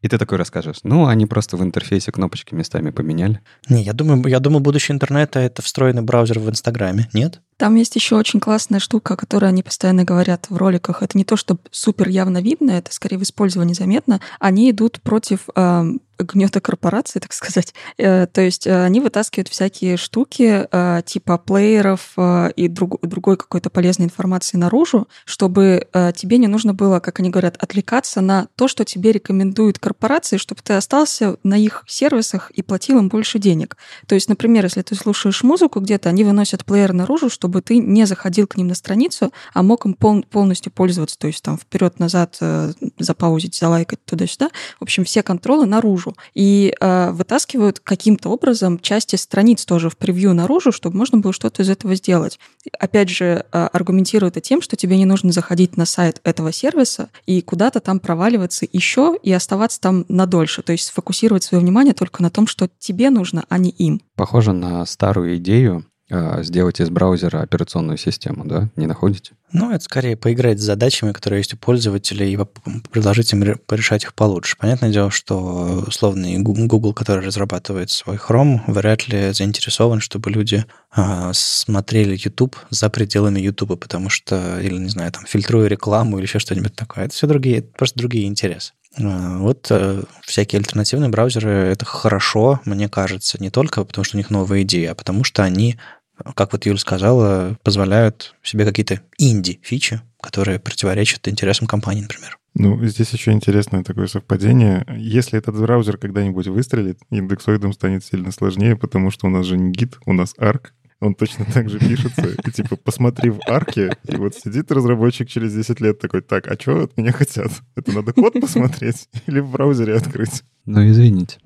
И ты такой расскажешь, ну, они просто в интерфейсе кнопочки местами поменяли. Не, я думаю, я думаю, будущее интернета — это встроенный браузер в Инстаграме, нет? Там есть еще очень классная штука, о которой они постоянно говорят в роликах. Это не то, что супер явно видно, это скорее в использовании заметно. Они идут против э, гнета корпорации, так сказать. Э, то есть э, они вытаскивают всякие штуки э, типа плееров э, и друг, другой какой-то полезной информации наружу, чтобы э, тебе не нужно было, как они говорят, отвлекаться на то, что тебе рекомендуют корпорации, чтобы ты остался на их сервисах и платил им больше денег. То есть, например, если ты слушаешь музыку где-то, они выносят плеер наружу, чтобы чтобы ты не заходил к ним на страницу, а мог им пол- полностью пользоваться, то есть там вперед-назад э, запаузить, залайкать туда-сюда. В общем, все контролы наружу. И э, вытаскивают каким-то образом части страниц тоже в превью наружу, чтобы можно было что-то из этого сделать. Опять же, э, аргументируют это тем, что тебе не нужно заходить на сайт этого сервиса и куда-то там проваливаться еще и оставаться там надольше. То есть сфокусировать свое внимание только на том, что тебе нужно, а не им. Похоже на старую идею сделать из браузера операционную систему, да? Не находите? Ну, это скорее поиграть с задачами, которые есть у пользователей, и предложить им порешать их получше. Понятное дело, что условный Google, который разрабатывает свой Chrome, вряд ли заинтересован, чтобы люди а, смотрели YouTube за пределами YouTube, потому что, или, не знаю, там, фильтруя рекламу или еще что-нибудь такое. Это все другие, просто другие интересы. Вот всякие альтернативные браузеры — это хорошо, мне кажется, не только потому, что у них новые идеи, а потому что они, как вот Юля сказала, позволяют себе какие-то инди-фичи, которые противоречат интересам компании, например. Ну, здесь еще интересное такое совпадение. Если этот браузер когда-нибудь выстрелит, индексоидом станет сильно сложнее, потому что у нас же не гид, у нас арк. Он точно так же пишется. И типа, посмотри в арке, и вот сидит разработчик через десять лет такой, так, а что от меня хотят? Это надо код посмотреть или в браузере открыть? Ну, извините.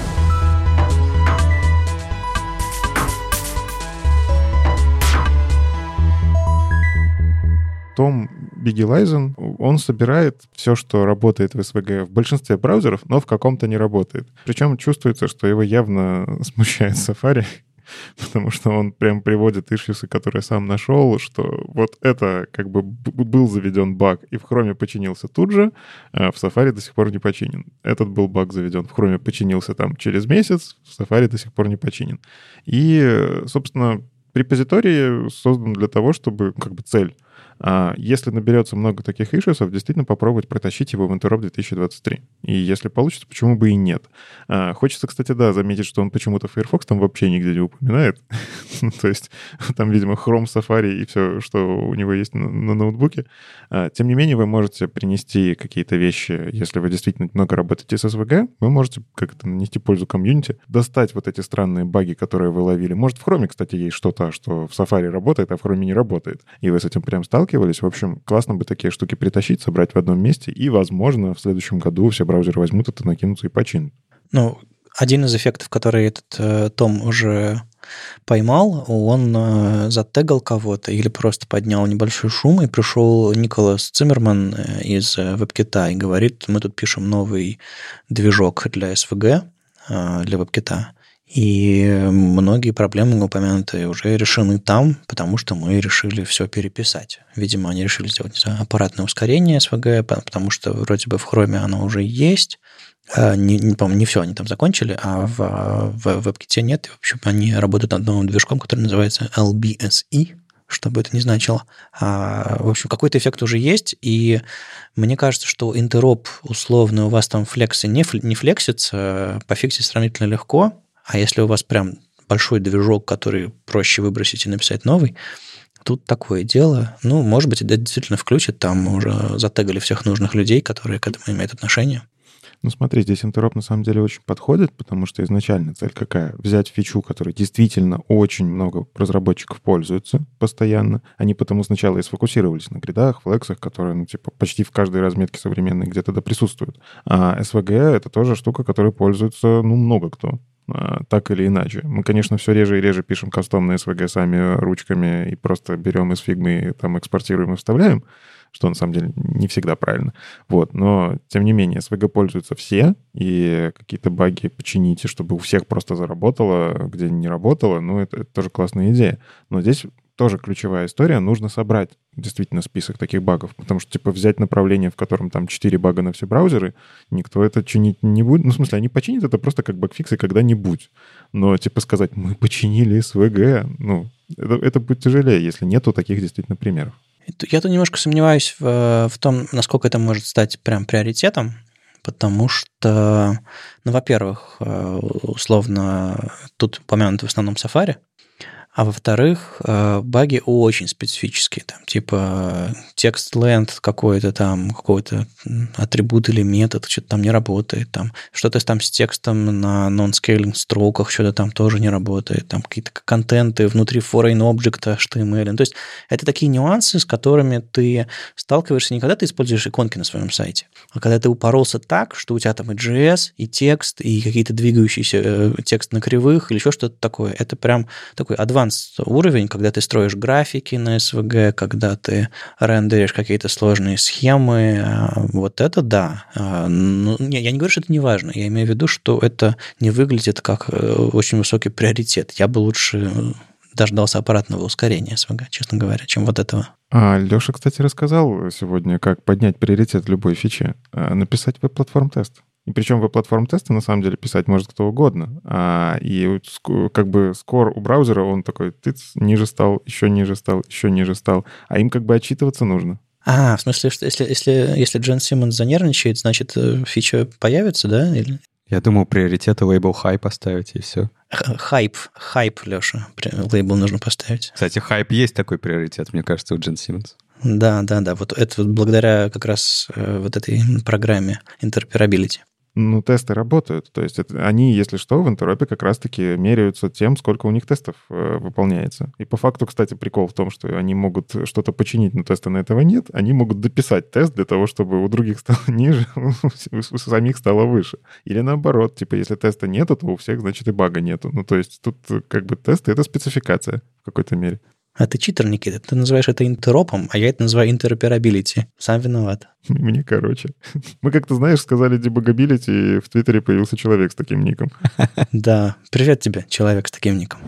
Том Бигелайзен, он собирает все, что работает в эс ви джи в большинстве браузеров, но в каком-то не работает. Причем чувствуется, что его явно смущает Safari, потому что он прям приводит ишьюсы, которые сам нашел, что вот это как бы был заведен баг, и в Chrome починился тут же, а в Safari до сих пор не починен. Этот был баг заведен в Chrome, починился там через месяц, в Safari до сих пор не починен. И, собственно, репозиторий создан для того, чтобы, как бы, цель. А если наберется много таких ишьюсов, действительно попробовать протащить его в Interop две тысячи двадцать три. И если получится, почему бы и нет. А, хочется, кстати, да, заметить, что он почему-то Firefox там вообще нигде не упоминает. То есть там, видимо, Chrome, Safari и все, что у него есть на, на ноутбуке. А, тем не менее, вы можете принести какие-то вещи, если вы действительно много работаете с эс ви джи, вы можете как-то нанести пользу комьюнити, достать вот эти странные баги, которые вы ловили. Может, в Chrome, кстати, есть что-то, что в Safari работает, а в Chrome не работает. И вы с этим прям сталкиваетесь. В общем, классно бы такие штуки притащить, собрать в одном месте, и, возможно, в следующем году все браузеры возьмут это, накинутся и починят. Ну, один из эффектов, который этот э, Том уже поймал, он э, затегал кого-то или просто поднял небольшой шум, и пришел Николас Циммерман из WebKit и говорит, мы тут пишем новый движок для эс ви джи, э, для WebKit. И многие проблемы, упомянутые, уже решены там, потому что мы решили все переписать. Видимо, они решили сделать, не знаю, аппаратное ускорение эс ви джи, потому что вроде бы в Chrome оно уже есть. Не, не помню, не все они там закончили, а в, в WebKit нет. И, в общем, они работают над новым движком, который называется эл би эс и, что бы это ни значило. А, в общем, какой-то эффект уже есть, и мне кажется, что интероп условно у вас там флексы не, не флексится, пофиксить сравнительно легко. А если у вас прям большой движок, который проще выбросить и написать новый, тут такое дело. Ну, может быть, это действительно включит. Там уже затегали всех нужных людей, которые к этому имеют отношение. Ну, смотри, здесь интероп на самом деле очень подходит, потому что изначально цель какая? Взять фичу, которой действительно очень много разработчиков пользуются постоянно. Они потому сначала и сфокусировались на гридах, флексах, которые, ну, типа, почти в каждой разметке современной где-то да присутствуют. А эс ви джи — это тоже штука, которой пользуется, ну, много кто. Так или иначе. Мы, конечно, все реже и реже пишем кастомные эс ви джи сами ручками и просто берем из фигмы, там, экспортируем и вставляем, что на самом деле не всегда правильно. Вот. Но, тем не менее, эс ви джи пользуются все, и какие-то баги почините, чтобы у всех просто заработало, где не работало, ну, это, это тоже классная идея. Но здесь тоже ключевая история, нужно собрать действительно список таких багов, потому что, типа, взять направление, в котором там четыре бага на все браузеры, никто это чинить не будет. Ну, в смысле, они починят это просто как багфиксы когда-нибудь. Но, типа, сказать, мы починили эс ви джи, ну, это, это будет тяжелее, если нету таких действительно примеров. Я тут немножко сомневаюсь в, в том, насколько это может стать прям приоритетом, потому что, ну, во-первых, условно, тут упомянут в основном Safari, а во-вторых, баги очень специфические, там, типа text length какой-то там, какой-то атрибут или метод, что-то там не работает, там, что-то там с текстом на non-scaling строках, что-то там тоже не работает, там какие-то контенты внутри foreign object эйч ти эм эл. То есть это такие нюансы, с которыми ты сталкиваешься не когда ты используешь иконки на своем сайте, а когда ты упоролся так, что у тебя там и джей эс, и текст, и какие-то двигающиеся э, текст на кривых, или еще что-то такое. Это прям такой advanced уровень, когда ты строишь графики на эс ви джи, когда ты рендеришь какие-то сложные схемы, вот это да. Ну, я не говорю, что это не важно, я имею в виду, что это не выглядит как очень высокий приоритет. Я бы лучше дождался аппаратного ускорения эс ви джи, честно говоря, чем вот этого. А Леша, кстати, рассказал сегодня, как поднять приоритет любой фичи. Написать веб-платформ-тест. И причем веб-платформ-тесты, на самом деле, писать может кто угодно. А, и как бы скор у браузера, он такой, тыц, ниже стал, еще ниже стал, еще ниже стал. А им как бы отчитываться нужно. А, в смысле, что если, если, если Джен Симмонс занервничает, значит, фича появится, да? Или... Я думал, приоритеты лейбл хай поставить, и все. Хайп, хайп, Леша, лейбл нужно поставить. Кстати, хайп есть такой приоритет, мне кажется, у Джен Симмонс. Да, да, да. Вот это вот благодаря как раз вот этой программе Interoperability. Ну, тесты работают. То есть это, они, если что, в интеропе как раз-таки меряются тем, сколько у них тестов э, выполняется. И по факту, кстати, прикол в том, что они могут что-то починить, но теста на этого нет. Они могут дописать тест для того, чтобы у других стало ниже, у самих стало выше. Или наоборот, типа, если теста нету, то у всех, значит, и бага нету. Ну, то есть тут как бы тесты — это спецификация в какой-то мере. А ты читер, Никита. Ты называешь это интеропом, а я это называю interoperability. Сам виноват. Мне короче. Мы как-то, знаешь, сказали debugability, и в Твиттере появился человек с таким ником. Да. Привет тебе, человек с таким ником.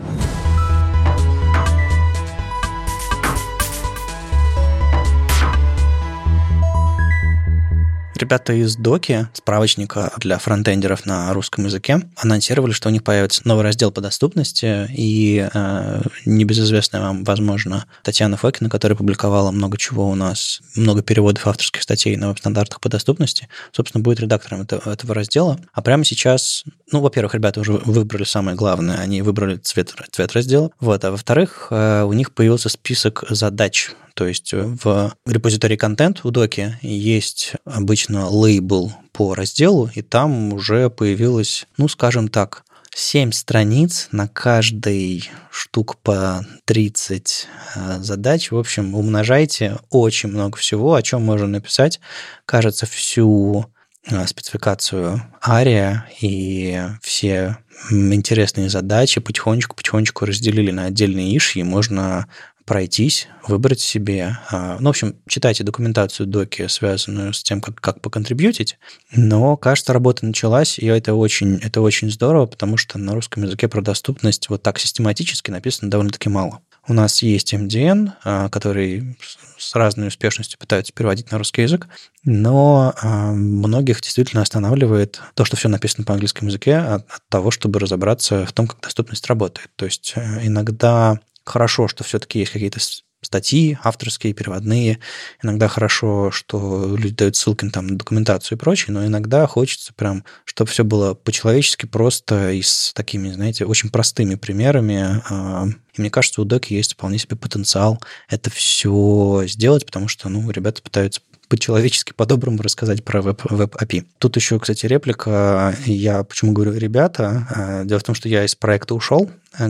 Ребята из Доки, справочника для фронтендеров на русском языке, анонсировали, что у них появится новый раздел по доступности, и э, небезызвестная вам, возможно, Татьяна Фокина, которая публиковала много чего у нас, много переводов авторских статей на веб-стандартах по доступности, собственно, будет редактором этого, этого раздела. А прямо сейчас, ну, во-первых, ребята уже выбрали самое главное, они выбрали цвет, цвет раздела, вот, а во-вторых, э, у них появился список задач. То есть в репозитории контент у Доки есть обычно лейбл по разделу, и там уже появилось, ну, скажем так, семь страниц, на каждой штук по тридцать задач. В общем, умножайте очень много всего, о чем можно написать. Кажется, всю спецификацию Ария и все интересные задачи потихонечку-потихонечку разделили на отдельные иши, и можно пройтись, выбрать себе. Ну, в общем, читайте документацию доки, связанную с тем, как, как поконтрибьютить. Но, кажется, работа началась, и это очень, это очень здорово, потому что на русском языке про доступность вот так систематически написано довольно-таки мало. У нас есть эм ди эн, который с разной успешностью пытаются переводить на русский язык, но многих действительно останавливает то, что все написано по английскому языке, от того, чтобы разобраться в том, как доступность работает. То есть иногда хорошо, что все-таки есть какие-то статьи авторские, переводные. Иногда хорошо, что люди дают ссылки там, на документацию и прочее, но иногда хочется прям, чтобы все было по-человечески просто и с такими, знаете, очень простыми примерами. И мне кажется, у Доки есть вполне себе потенциал это все сделать, потому что, ну, ребята пытаются по-человечески, по-доброму рассказать про веб-эй пи ай. Тут еще, кстати, реплика. Я почему говорю «ребята»? Дело в том, что я из проекта ушел.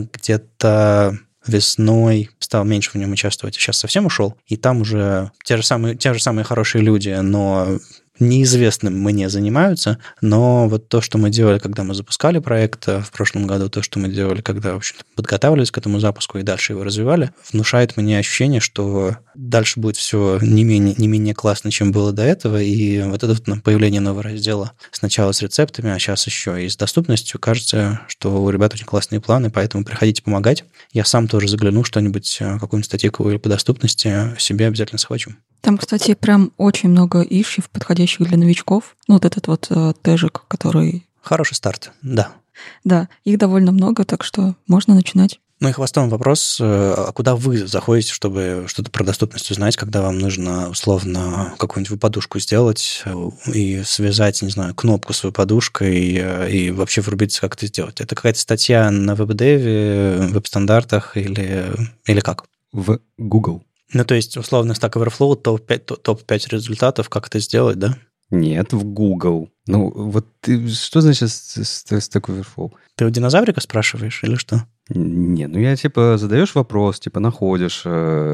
Где-то весной стал меньше в нем участвовать, сейчас совсем ушел, и там уже те же самые, те же самые хорошие люди, но неизвестным мне занимаются, но вот то, что мы делали, когда мы запускали проект в прошлом году, то, что мы делали, когда, в общем-то, подготавливались к этому запуску и дальше его развивали, внушает мне ощущение, что дальше будет все не менее, не менее классно, чем было до этого, и вот это вот появление нового раздела сначала с рецептами, а сейчас еще и с доступностью, кажется, что у ребят очень классные планы, поэтому приходите помогать. Я сам тоже загляну что-нибудь, какую-нибудь статейку или по доступности себе обязательно схвачу. Там, кстати, прям очень много ишьев, подходящих для новичков. Ну, вот этот вот э, тежик, который... Хороший старт, да. Да, их довольно много, так что можно начинать. Ну и хвостом вопрос, а куда вы заходите, чтобы что-то про доступность узнать, когда вам нужно условно какую-нибудь подушку сделать и связать, не знаю, кнопку с подушкой и вообще врубиться, как это сделать? Это какая-то статья на веб-деве, веб-стандартах или, или как? В Google. Ну, то есть, условно, Stack Overflow, топ пять, топ пять результатов, как это сделать, да? Нет, в Google. Ну, вот ты, что значит Stack Overflow? Ты у динозаврика спрашиваешь или что? Не, ну я типа задаешь вопрос, типа находишь,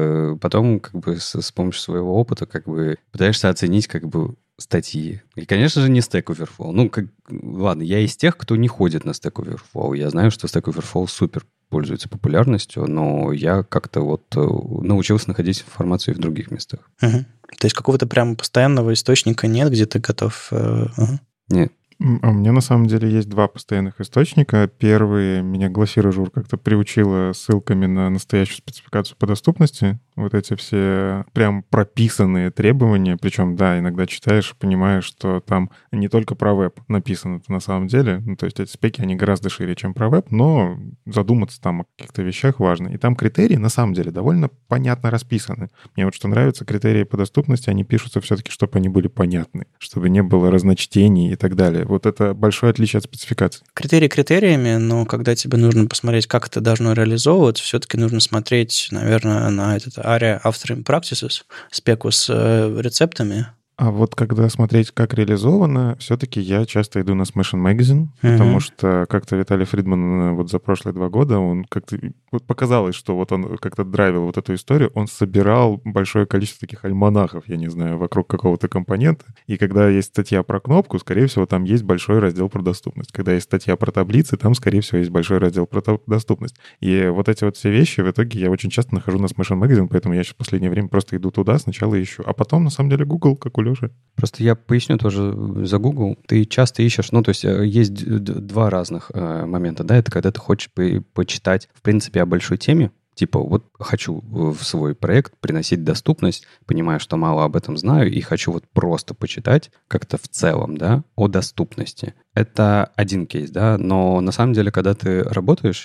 потом как бы с, с помощью своего опыта как бы пытаешься оценить как бы статьи. И, конечно же, не Stack Overflow. Ну, как, ладно, я из тех, кто не ходит на Stack Overflow. Я знаю, что Stack Overflow супер пользуется популярностью, но я как-то вот научился находить информацию и в других местах. Угу. То есть какого-то прям постоянного источника нет, где ты готов... Угу. Нет. А у меня на самом деле есть два постоянных источника. Первый, меня Glossier Jour как-то приучила ссылками на настоящую спецификацию по доступности. Вот эти все прям прописанные требования. Причем, да, иногда читаешь, понимаешь, что там не только про веб написано-то на самом деле. Ну, то есть эти спеки, они гораздо шире, чем про веб, но задуматься там о каких-то вещах важно. И там критерии, на самом деле, довольно понятно расписаны. Мне вот что нравится, критерии по доступности, они пишутся все-таки, чтобы они были понятны, чтобы не было разночтений и так далее. Вот это большое отличие от спецификации. Критерии критериями, но когда тебе нужно посмотреть, как это должно реализовываться, все-таки нужно смотреть, наверное, на этот area Upstream Practices, спеку с э, рецептами. А вот когда смотреть, как реализовано, все-таки я часто иду на Smashing Magazine, uh-huh. потому что как-то Виталий Фридман вот за прошлые два года, он как-то... Вот показалось, что вот он как-то драйвил вот эту историю, он собирал большое количество таких альманахов, я не знаю, вокруг какого-то компонента, и когда есть статья про кнопку, скорее всего, там есть большой раздел про доступность. Когда есть статья про таблицы, там, скорее всего, есть большой раздел про доступность. И вот эти вот все вещи в итоге я очень часто нахожу на Smashing Magazine, поэтому я сейчас в последнее время просто иду туда, сначала ищу, а потом, на самом деле, Google, как у Леши. Просто я поясню тоже за Google. Ты часто ищешь, ну, то есть есть два разных э, момента, да, это когда ты хочешь по- почитать, в принципе, о большой теме, типа вот хочу в свой проект приносить доступность, понимаю, что мало об этом знаю, и хочу вот просто почитать как-то в целом, да, о доступности. Это один кейс, да, но на самом деле, когда ты работаешь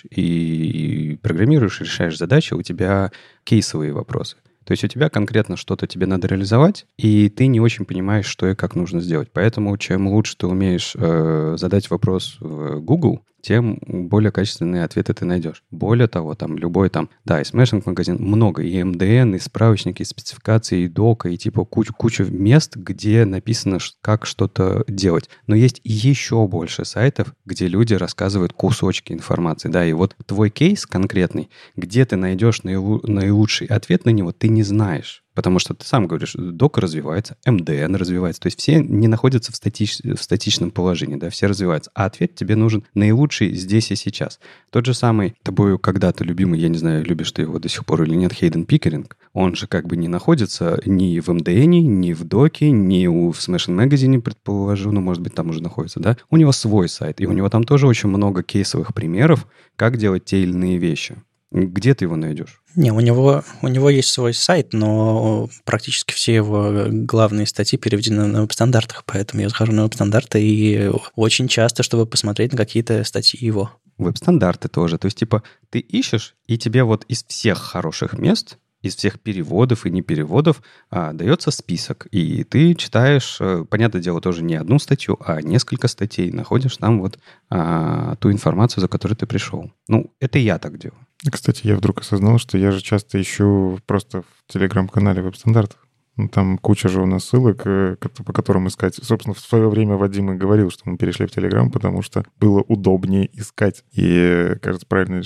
и программируешь, решаешь задачи, у тебя кейсовые вопросы. То есть у тебя конкретно что-то тебе надо реализовать, и ты не очень понимаешь, что и как нужно сделать. Поэтому чем лучше ты умеешь э, задать вопрос в Google, тем более качественные ответы ты найдешь. Более того, там любой там, да, и Smashing магазин много, и эм дэ эн, и справочники, и спецификации, и дока, и типа куча, куча мест, где написано, как что-то делать. Но есть еще больше сайтов, где люди рассказывают кусочки информации, да, и вот твой кейс конкретный, где ты найдешь наилу- наилучший ответ на него, ты не знаешь. Потому что ты сам говоришь, док развивается, эм дэ эн развивается. То есть все не находятся в, статич, в статичном положении, да, все развиваются. А ответ тебе нужен наилучший здесь и сейчас. Тот же самый тобою когда-то любимый, я не знаю, любишь ты его до сих пор или нет, Хейден Пикеринг, он же как бы не находится ни в эм дэ эн, ни в доке, ни в Smashing Magazine, предположу, ну, может быть, там уже находится, да. У него свой сайт, и у него там тоже очень много кейсовых примеров, как делать те или иные вещи. Где ты его найдешь? Не, у него, у него есть свой сайт, но практически все его главные статьи переведены на веб-стандартах, поэтому я захожу на веб-стандарты и очень часто, чтобы посмотреть на какие-то статьи его. Веб-стандарты тоже. То есть, типа, ты ищешь, и тебе вот из всех хороших мест, из всех переводов и не переводов а, дается список. И ты читаешь, понятное дело, тоже не одну статью, а несколько статей. Находишь там вот а, ту информацию, за которой ты пришел. Ну, это я так делаю. Кстати, я вдруг осознал, что я же часто ищу просто в телеграм-канале веб-стандартов. Ну, там куча же у нас ссылок, по которым искать. Собственно, в свое время Вадим и говорил, что мы перешли в Телеграм, потому что было удобнее искать. И, кажется, правильное решение.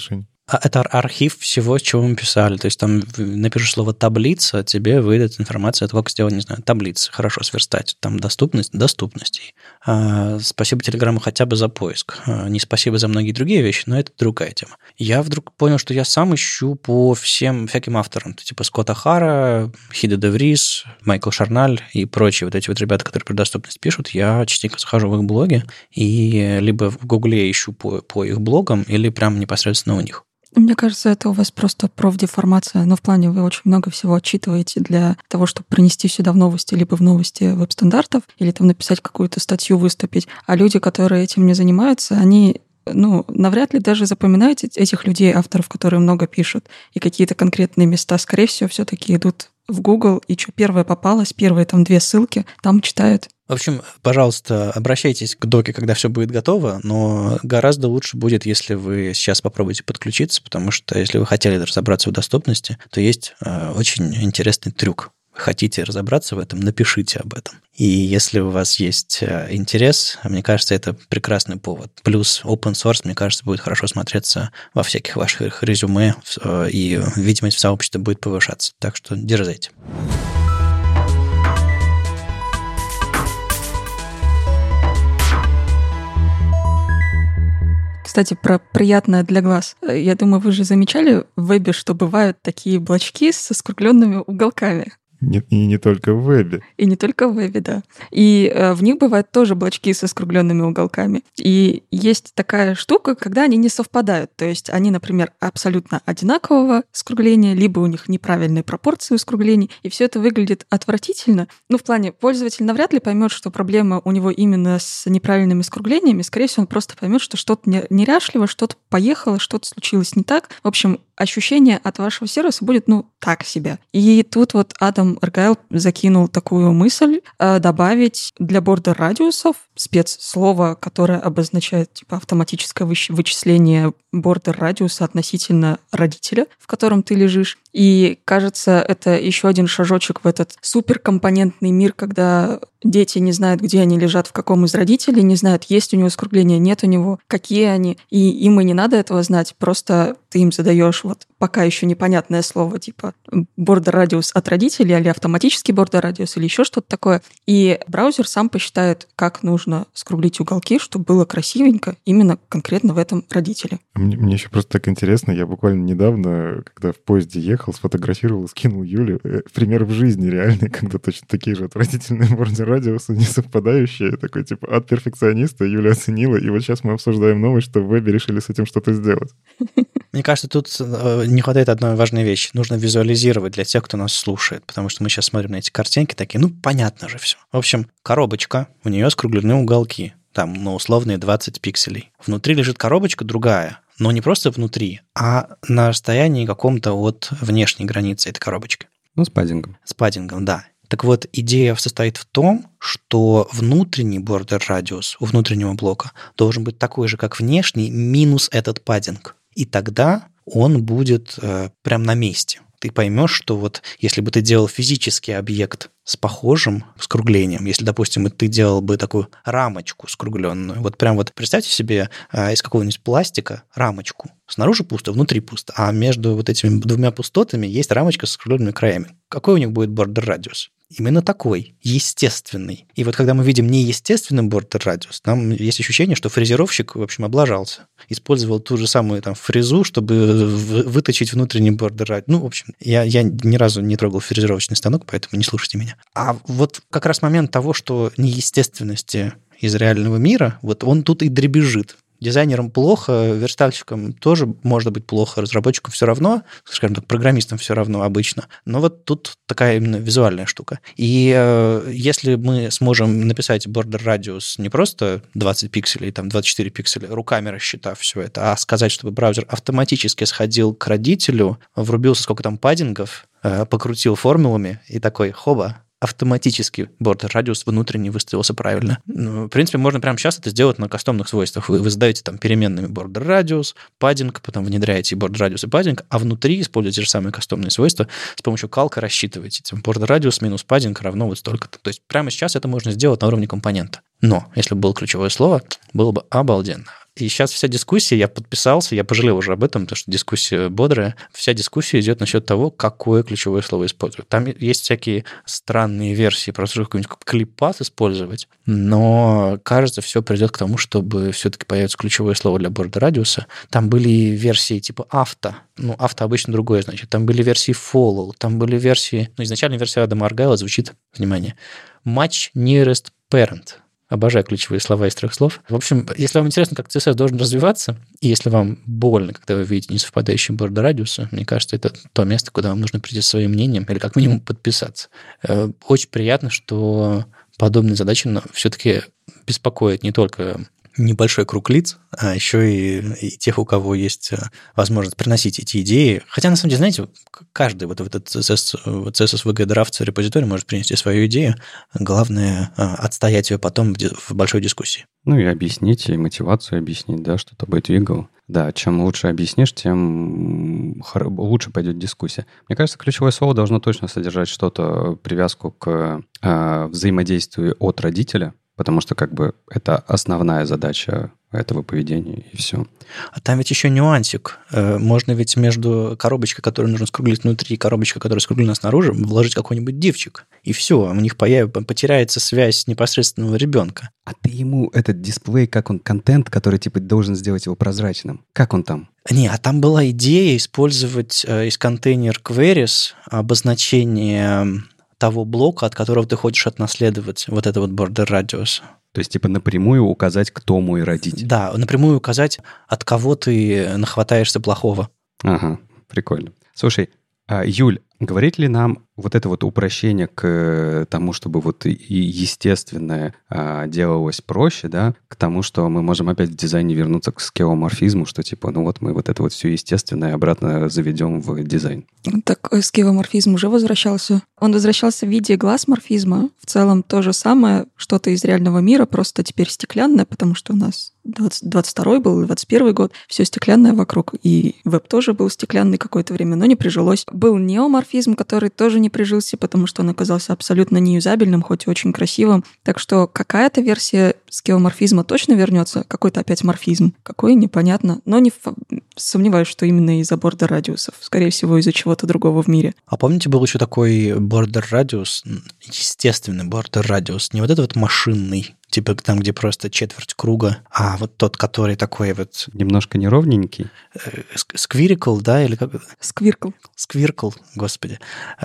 А это архив всего, чего мы писали. То есть там напишешь слово «таблица», тебе выйдет информация о том, как сделать, не знаю, таблицы. Хорошо сверстать. Там доступность доступностей. А, спасибо Телеграмму хотя бы за поиск. А, не спасибо за многие другие вещи, но это другая тема. Я вдруг понял, что я сам ищу по всем всяким авторам. Типа Скотта Хара, Хида де Врис, Майкл Шарналь и прочие вот эти вот ребята, которые про доступность пишут. Я частенько захожу в их блоги и либо в Гугле ищу по, по их блогам, или прям непосредственно у них. Мне кажется, это у вас просто профдеформация, но в плане вы очень много всего отчитываете для того, чтобы принести сюда в новости, либо в новости веб-стандартов, или там написать какую-то статью, выступить. А люди, которые этим не занимаются, они, ну, навряд ли даже запоминают этих людей, авторов, которые много пишут, и какие-то конкретные места, скорее всего, все-таки идут в Google, и что первое попалось, первые там две ссылки, там читают. В общем, пожалуйста, обращайтесь к доке, когда все будет готово, но гораздо лучше будет, если вы сейчас попробуете подключиться, потому что если вы хотели разобраться в доступности, то есть э, очень интересный трюк. Вы хотите разобраться в этом, напишите об этом. И если у вас есть интерес, мне кажется, это прекрасный повод. Плюс open source, мне кажется, будет хорошо смотреться во всяких ваших резюме, и видимость в сообществе будет повышаться. Так что дерзайте. Кстати, про приятное для глаз. Я думаю, вы же замечали в вебе, что бывают такие блочки со скругленными уголками. Не, и не только в вебе. И не только в вебе, да. И э, в них бывают тоже блочки со скругленными уголками. И есть такая штука, когда они не совпадают. То есть они, например, абсолютно одинакового скругления, либо у них неправильные пропорции у скруглений, и все это выглядит отвратительно. Ну, в плане, пользователь навряд ли поймет, что проблема у него именно с неправильными скруглениями. Скорее всего, он просто поймет, что что-то неряшливо, что-то поехало, что-то случилось не так. В общем, ощущение от вашего сервиса будет, ну, так себе. И тут вот Адам Аргайл закинул такую мысль э, добавить для бордер-радиусов спецслово, которое обозначает типа автоматическое вычисление бордер-радиуса относительно родителя, в котором ты лежишь. И, кажется, это еще один шажочек в этот суперкомпонентный мир, когда дети не знают, где они лежат, в каком из родителей, не знают, есть у него скругления, нет у него, какие они. И им и не надо этого знать, просто ты им задаешь вот пока еще непонятное слово, типа бордер-радиус от родителей, или автоматический бордер-радиус, или еще что-то такое. И браузер сам посчитает, как нужно скруглить уголки, чтобы было красивенько именно конкретно в этом родителе. Мне, мне еще просто так интересно, я буквально недавно, когда в поезде ехал, сфотографировал и скинул Юле э, пример в жизни реальный, когда точно такие же отвратительные бордер-радиусы, не совпадающие, такой типа от перфекциониста, Юля оценила, и вот сейчас мы обсуждаем новость, что в вебе решили с этим что-то сделать. Мне кажется, тут не хватает одной важной вещи. Нужно визуализировать для тех, кто нас слушает, потому что мы сейчас смотрим на эти картинки, такие, ну, понятно же все. В общем, коробочка, у нее скруглены уголки, там, ну, условные двадцать пикселей. Внутри лежит коробочка другая, но не просто внутри, а на расстоянии каком-то от внешней границы этой коробочки. Ну, с паддингом. С паддингом, да. Так вот, идея состоит в том, что внутренний бордер-радиус у внутреннего блока должен быть такой же, как внешний, минус этот паддинг. И тогда он будет э, прям на месте. Ты поймешь, что вот если бы ты делал физический объект с похожим скруглением, если, допустим, ты делал бы такую рамочку скругленную, вот прям вот представьте себе э, из какого-нибудь пластика рамочку. Снаружи пусто, внутри пусто, а между вот этими двумя пустотами есть рамочка с скругленными краями. Какой у них будет бордер-радиус? Именно такой, естественный. И вот когда мы видим неестественный бордер-радиус, нам есть ощущение, что фрезеровщик, в общем, облажался. Использовал ту же самую там фрезу, чтобы выточить внутренний бордер-радиус. Ну, в общем, я, я ни разу не трогал фрезеровочный станок, поэтому не слушайте меня. А вот как раз момент того, что неестественности из реального мира, вот он тут и дребезжит. Дизайнерам плохо, верстальщикам тоже может быть плохо, разработчикам все равно, скажем так, программистам все равно обычно. Но вот тут такая именно визуальная штука. И э, если мы сможем написать border radius не просто двадцать пикселей, там двадцать четыре пикселя, руками рассчитав все это, а сказать, чтобы браузер автоматически сходил к родителю, врубился сколько там паддингов, э, покрутил формулами и такой, хоба, автоматически border радиус внутренний выставился правильно. Ну, в принципе, можно прямо сейчас это сделать на кастомных свойствах. Вы, вы задаете там переменными border радиус, паддинг, потом внедряете border радиус и паддинг, а внутри используете те же самые кастомные свойства, с помощью калка рассчитываете. Типа, border радиус минус паддинг равно вот столько-то. То есть прямо сейчас это можно сделать на уровне компонента. Но если бы было ключевое слово, было бы обалденно. И сейчас вся дискуссия, я подписался, я пожалел уже об этом, потому что дискуссия бодрая. Вся дискуссия идет насчет того, какое ключевое слово использовать. Там есть всякие странные версии, просто какой-нибудь клиппас использовать, но, кажется, все придет к тому, чтобы все-таки появится ключевое слово для борда радиуса. Там были версии типа авто, ну, авто обычно другое, значит. Там были версии follow, там были версии... Ну, изначальная версия Адама Аргайла звучит, внимание, match nearest parent. Обожаю ключевые слова из трех слов. В общем, если вам интересно, как си эс эс должен развиваться, и если вам больно, когда вы видите несовпадающие борды радиуса, мне кажется, это то место, куда вам нужно прийти со своим мнением или как минимум подписаться. Очень приятно, что подобные задачи все-таки беспокоят не только небольшой круг лиц, а еще и, и тех, у кого есть возможность приносить эти идеи. Хотя, на самом деле, знаете, каждый вот в этот си эс эс ви джи драфт репозиторий может принести свою идею. Главное — отстоять ее потом в большой дискуссии. Ну и объяснить, и мотивацию объяснить, да, что тобой двигало. Да, чем лучше объяснишь, тем лучше пойдет дискуссия. Мне кажется, ключевое слово должно точно содержать что-то, привязку к э, взаимодействию от родителя, потому что как бы это основная задача этого поведения, и все. А там ведь еще нюансик. Можно ведь между коробочкой, которую нужно скруглить внутри, и коробочкой, которая скруглена снаружи, вложить какой-нибудь дивчик. И все, у них появится, потеряется связь непосредственного ребенка. А ты ему этот дисплей, как он, контент, который типа должен сделать его прозрачным, как он там? Не, а там была идея использовать из контейнер queries обозначение того блока, от которого ты хочешь отнаследовать вот это вот border radius. То есть, типа, напрямую указать, кто мой родитель. Да, напрямую указать, от кого ты нахватаешься плохого. Ага, прикольно. Слушай, Юль, говорит ли нам вот это вот упрощение к тому, чтобы вот и естественное а, делалось проще, да, к тому, что мы можем опять в дизайне вернуться к скеоморфизму, что типа, ну вот мы вот это вот все естественное обратно заведем в дизайн? Так скеоморфизм уже возвращался. Он возвращался в виде глаз-морфизма. В целом то же самое, что-то из реального мира, просто теперь стеклянное, потому что у нас двадцать второй был, двадцать первый год, все стеклянное вокруг, и веб тоже был стеклянный какое-то время, но не прижилось. Был неоморфизм, который тоже не прижился, потому что он оказался абсолютно неюзабельным, хоть и очень красивым. Так что какая-то версия скеоморфизма точно вернется, какой-то опять морфизм, какой непонятно, но не ф... сомневаюсь, что именно из-за борда радиусов, скорее всего, из-за чего-то другого в мире. А помните, был еще такой border радиус, естественный border радиус, не вот этот вот машинный, типа там, где просто четверть круга, а вот тот, который такой вот... Немножко неровненький? Сквирикл, да? Или как? Сквиркл. Сквиркл, господи.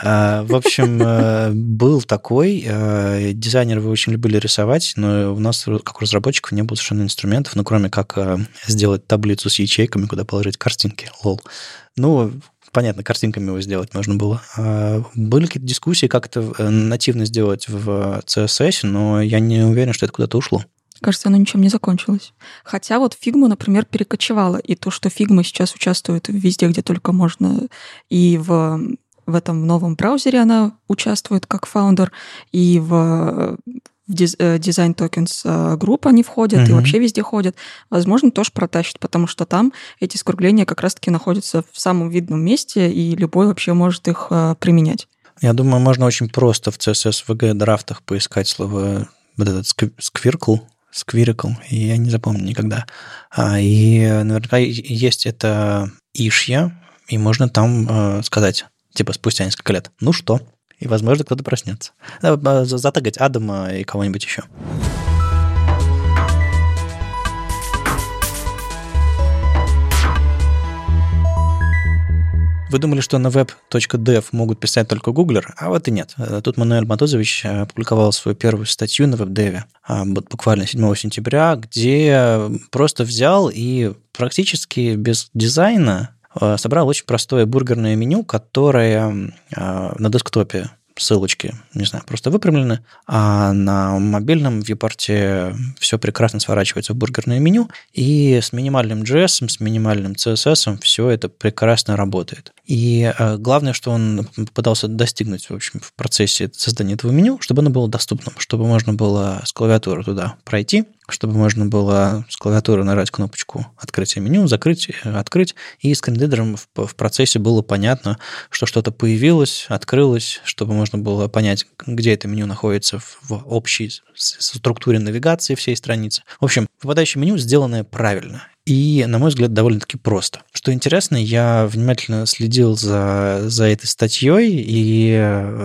В общем, был такой. Дизайнеры его очень любили рисовать, но у нас, как у разработчиков, не было совершенно инструментов, ну, кроме как сделать таблицу с ячейками, куда положить картинки. Лол. Ну, понятно, картинками его сделать можно было. Были какие-то дискуссии, как это нативно сделать в си эс эс, но я не уверен, что это куда-то ушло. Кажется, оно ничем не закончилось. Хотя вот Figma, например, перекочевала. И то, что Figma сейчас участвует везде, где только можно, и в, в этом новом браузере она участвует как фаундер, и в... в Design Tokens групп они входят, mm-hmm. и вообще везде ходят, возможно, тоже протащит, потому что там эти скругления как раз-таки находятся в самом видном месте, и любой вообще может их а, применять. Я думаю, можно очень просто в си эс эс ви джи драфтах поискать слово вот этот сквиркл, сквирикл, и я не запомню никогда. А, и наверняка есть это ишья, и можно там э, сказать, типа, спустя несколько лет, ну что? И, возможно, кто-то проснется. Затагать Адама и кого-нибудь еще. Вы думали, что на web точка dev могут писать только гуглер, а вот и нет. Тут Мануэль Матозович опубликовал свою первую статью на веб-деве буквально седьмого сентября, где просто взял и практически без дизайна собрал очень простое бургерное меню, которое на десктопе ссылочки, не знаю, просто выпрямлены, а на мобильном вьюпорте все прекрасно сворачивается в бургерное меню, и с минимальным джей эс, с минимальным си эс эс все это прекрасно работает. И главное, что он пытался достигнуть, в общем, в процессе создания этого меню, чтобы оно было доступным, чтобы можно было с клавиатуры туда пройти чтобы можно было с клавиатуры нажать кнопочку открытия меню, закрыть, открыть, и скринридером в, в процессе было понятно, что что-то появилось, открылось, чтобы можно было понять, где это меню находится в, в общей структуре навигации всей страницы. В общем, выпадающее меню сделанное правильно. И, на мой взгляд, довольно-таки просто. Что интересно, я внимательно следил за, за этой статьей, и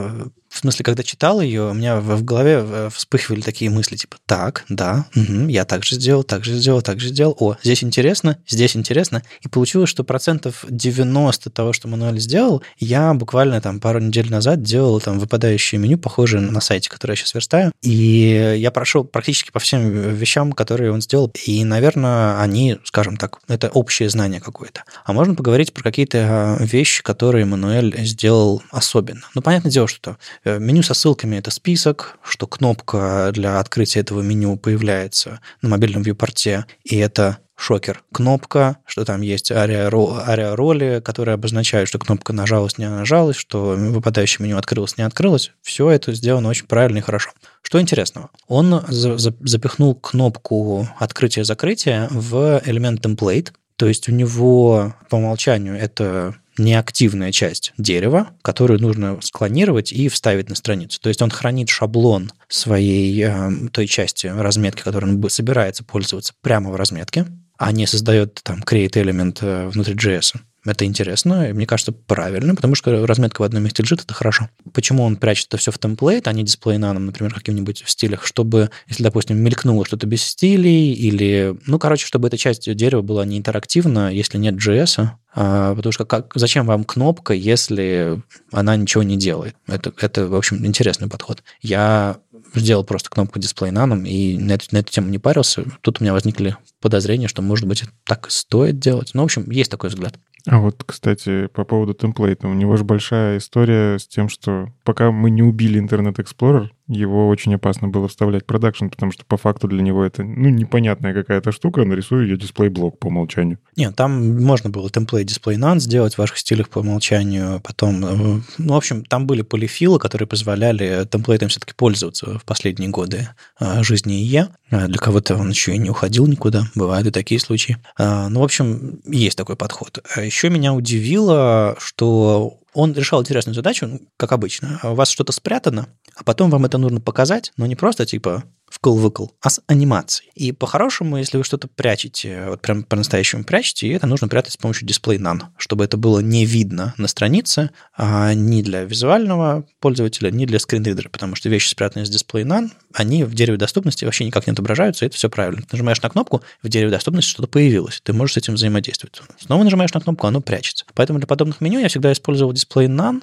в смысле, когда читал ее, у меня в голове вспыхивали такие мысли, типа, так, да, угу, я так же сделал, так же сделал, так же сделал, о, здесь интересно, здесь интересно. И получилось, что процентов девяносто того, что Мануэль сделал, я буквально там пару недель назад делал там выпадающее меню, похожее на сайте, которое я сейчас верстаю, и я прошел практически по всем вещам, которые он сделал, и, наверное, они, скажем так, это общее знание какое-то. А можно поговорить про какие-то вещи, которые Мануэль сделал особенно. Ну, понятное дело, что меню со ссылками – это список, что кнопка для открытия этого меню появляется на мобильном вьюпорте, и это шокер. Кнопка, что там есть ариа-роли, которые обозначают, что кнопка нажалась, не нажалась, что выпадающее меню открылось, не открылось. Все это сделано очень правильно и хорошо. Что интересного? Он запихнул кнопку открытия-закрытия в элемент template, то есть у него по умолчанию это неактивная часть дерева, которую нужно склонировать и вставить на страницу. То есть он хранит шаблон своей э, той части разметки, которой он собирается пользоваться прямо в разметке, а не создает там create element внутри джей эс. Это интересно, и мне кажется, правильно, потому что разметка в одном месте лежит, это хорошо. Почему он прячет это все в темплейт, а не дисплейнаном, например, каким-нибудь в стилях, чтобы, если, допустим, мелькнуло что-то без стилей, или, ну, короче, чтобы эта часть дерева была не интерактивна, если нет джей эс, а, потому что как, зачем вам кнопка, если она ничего не делает? Это, это, в общем, интересный подход. Я сделал просто кнопку дисплейнаном и на эту, на эту тему не парился. Тут у меня возникли подозрения, что, может быть, так и стоит делать. Ну, в общем, есть такой взгляд. А вот, кстати, по поводу темплейта. У него же большая история с тем, что пока мы не убили Internet Explorer, его очень опасно было вставлять в продакшн, потому что по факту для него это, ну, непонятная какая-то штука, нарисую ее дисплей-блок по умолчанию. Нет, там можно было темплейт display none сделать в ваших стилях по умолчанию, потом, ну, в общем, там были полифилы, которые позволяли темплейтом все-таки пользоваться в последние годы жизни и и. Для кого-то он еще и не уходил никуда, бывают и такие случаи. Ну, в общем, есть такой подход. Еще меня удивило, что он решал интересную задачу, как обычно. У вас что-то спрятано, а потом вам это нужно показать, но не просто типа вкл-выкл, а с анимацией. И по-хорошему, если вы что-то прячете, вот прям по-настоящему прячете, это нужно прятать с помощью display none, чтобы это было не видно на странице, а ни для визуального пользователя, ни для скринридера, потому что вещи, спрятанные с display none, они в дереве доступности вообще никак не отображаются, и это все правильно. Ты нажимаешь на кнопку, в дереве доступности что-то появилось, ты можешь с этим взаимодействовать. Снова нажимаешь на кнопку, оно прячется. Поэтому для подобных меню я всегда использовал display none,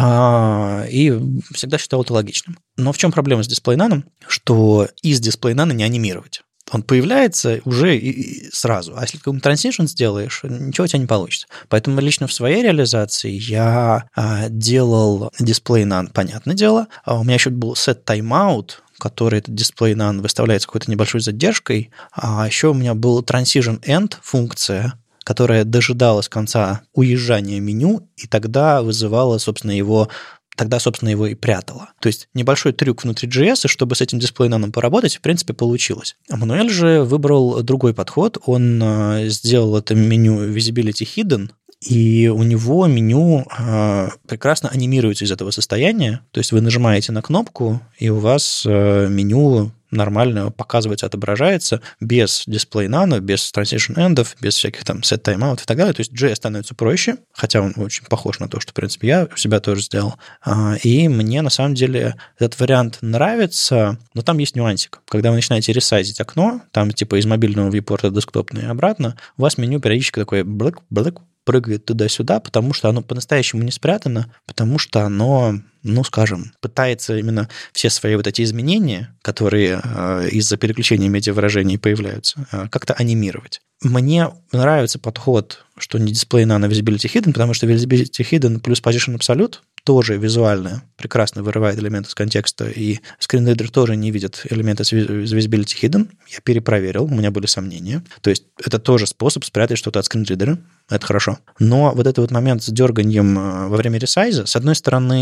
А, и всегда считал это логичным. Но в чем проблема с дисплейнаном? Что из дисплейнана не анимировать. Он появляется уже и, и сразу. А если ты какой-нибудь transition сделаешь, ничего у тебя не получится. Поэтому лично в своей реализации я а, делал дисплейнан, понятное дело. А у меня еще был set timeout, который этот display none выставляется какой-то небольшой задержкой. А еще у меня был transition end функция, которая дожидалась конца уезжания меню, и тогда вызывала, собственно, его, тогда, собственно, его и прятала. То есть небольшой трюк внутри джей эс, чтобы с этим дисплейнаном поработать, в принципе, получилось. А Мануэль же выбрал другой подход. Он сделал это меню Visibility Hidden, и у него меню э, прекрасно анимируется из этого состояния. То есть вы нажимаете на кнопку, и у вас э, меню нормально показывается, отображается без display none, без transition end'ов, без всяких там set timeout и так далее. То есть джей эс становится проще, хотя он очень похож на то, что, в принципе, я у себя тоже сделал. И мне, на самом деле, этот вариант нравится, но там есть нюансик. Когда вы начинаете ресайзить окно, там типа из мобильного вьюпорта десктопный и обратно, у вас меню периодически такое блэк-блэк прыгает туда-сюда, потому что оно по-настоящему не спрятано, потому что оно, ну, скажем, пытается именно все свои вот эти изменения, которые э, из-за переключения медиавыражений появляются, э, как-то анимировать. Мне нравится подход, что не display none, а visibility hidden, потому что visibility hidden плюс position absolute тоже визуально прекрасно вырывает элементы из контекста, и скринридер тоже не видит элементы из visibility hidden. Я перепроверил, у меня были сомнения. То есть это тоже способ спрятать что-то от скринридера. Это хорошо. Но вот этот вот момент с дерганием во время ресайза, с одной стороны,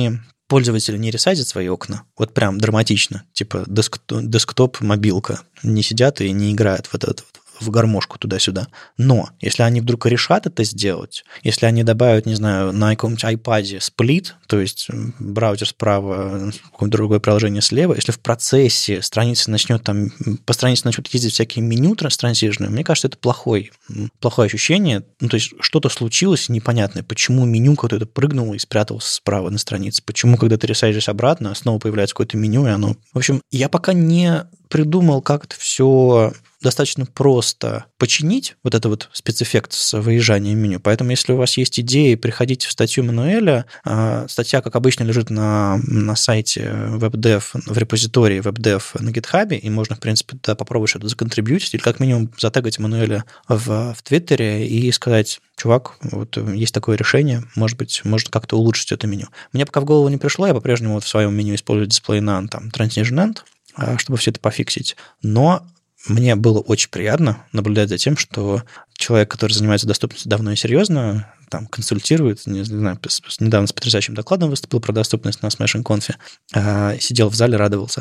пользователи не ресайзят свои окна, вот прям драматично, типа десктоп, мобилка, не сидят и не играют в этот в гармошку туда-сюда. Но если они вдруг решат это сделать, если они добавят, не знаю, на каком-нибудь iPad сплит, то есть браузер справа, какое-то другое приложение слева, если в процессе страница начнет там, по странице начнут ездить всякие меню транзитивные, мне кажется, это плохой, плохое ощущение. Ну, то есть что-то случилось непонятное. Почему меню какое-то прыгнуло и спряталось справа на странице? Почему, когда ты ресайзишь обратно, снова появляется какое-то меню, и оно... В общем, я пока не придумал, как это все достаточно просто починить, вот это вот спецэффект с выезжанием меню. Поэтому, если у вас есть идеи, приходите в статью Мануэля. Статья, как обычно, лежит на, на сайте WebDev, в репозитории WebDev на GitHub, и можно, в принципе, да, попробовать что-то законтрибьютить, или как минимум затегать Мануэля в, в Твиттере и сказать: чувак, вот есть такое решение, может быть, может как-то улучшить это меню. Мне пока в голову не пришло, я по-прежнему вот в своем меню использую display none, там, transition end, чтобы все это пофиксить. Но мне было очень приятно наблюдать за тем, что человек, который занимается доступностью давно и серьезно, там, консультирует, не знаю, недавно с потрясающим докладом выступил про доступность на Smashing Conf, сидел в зале, радовался.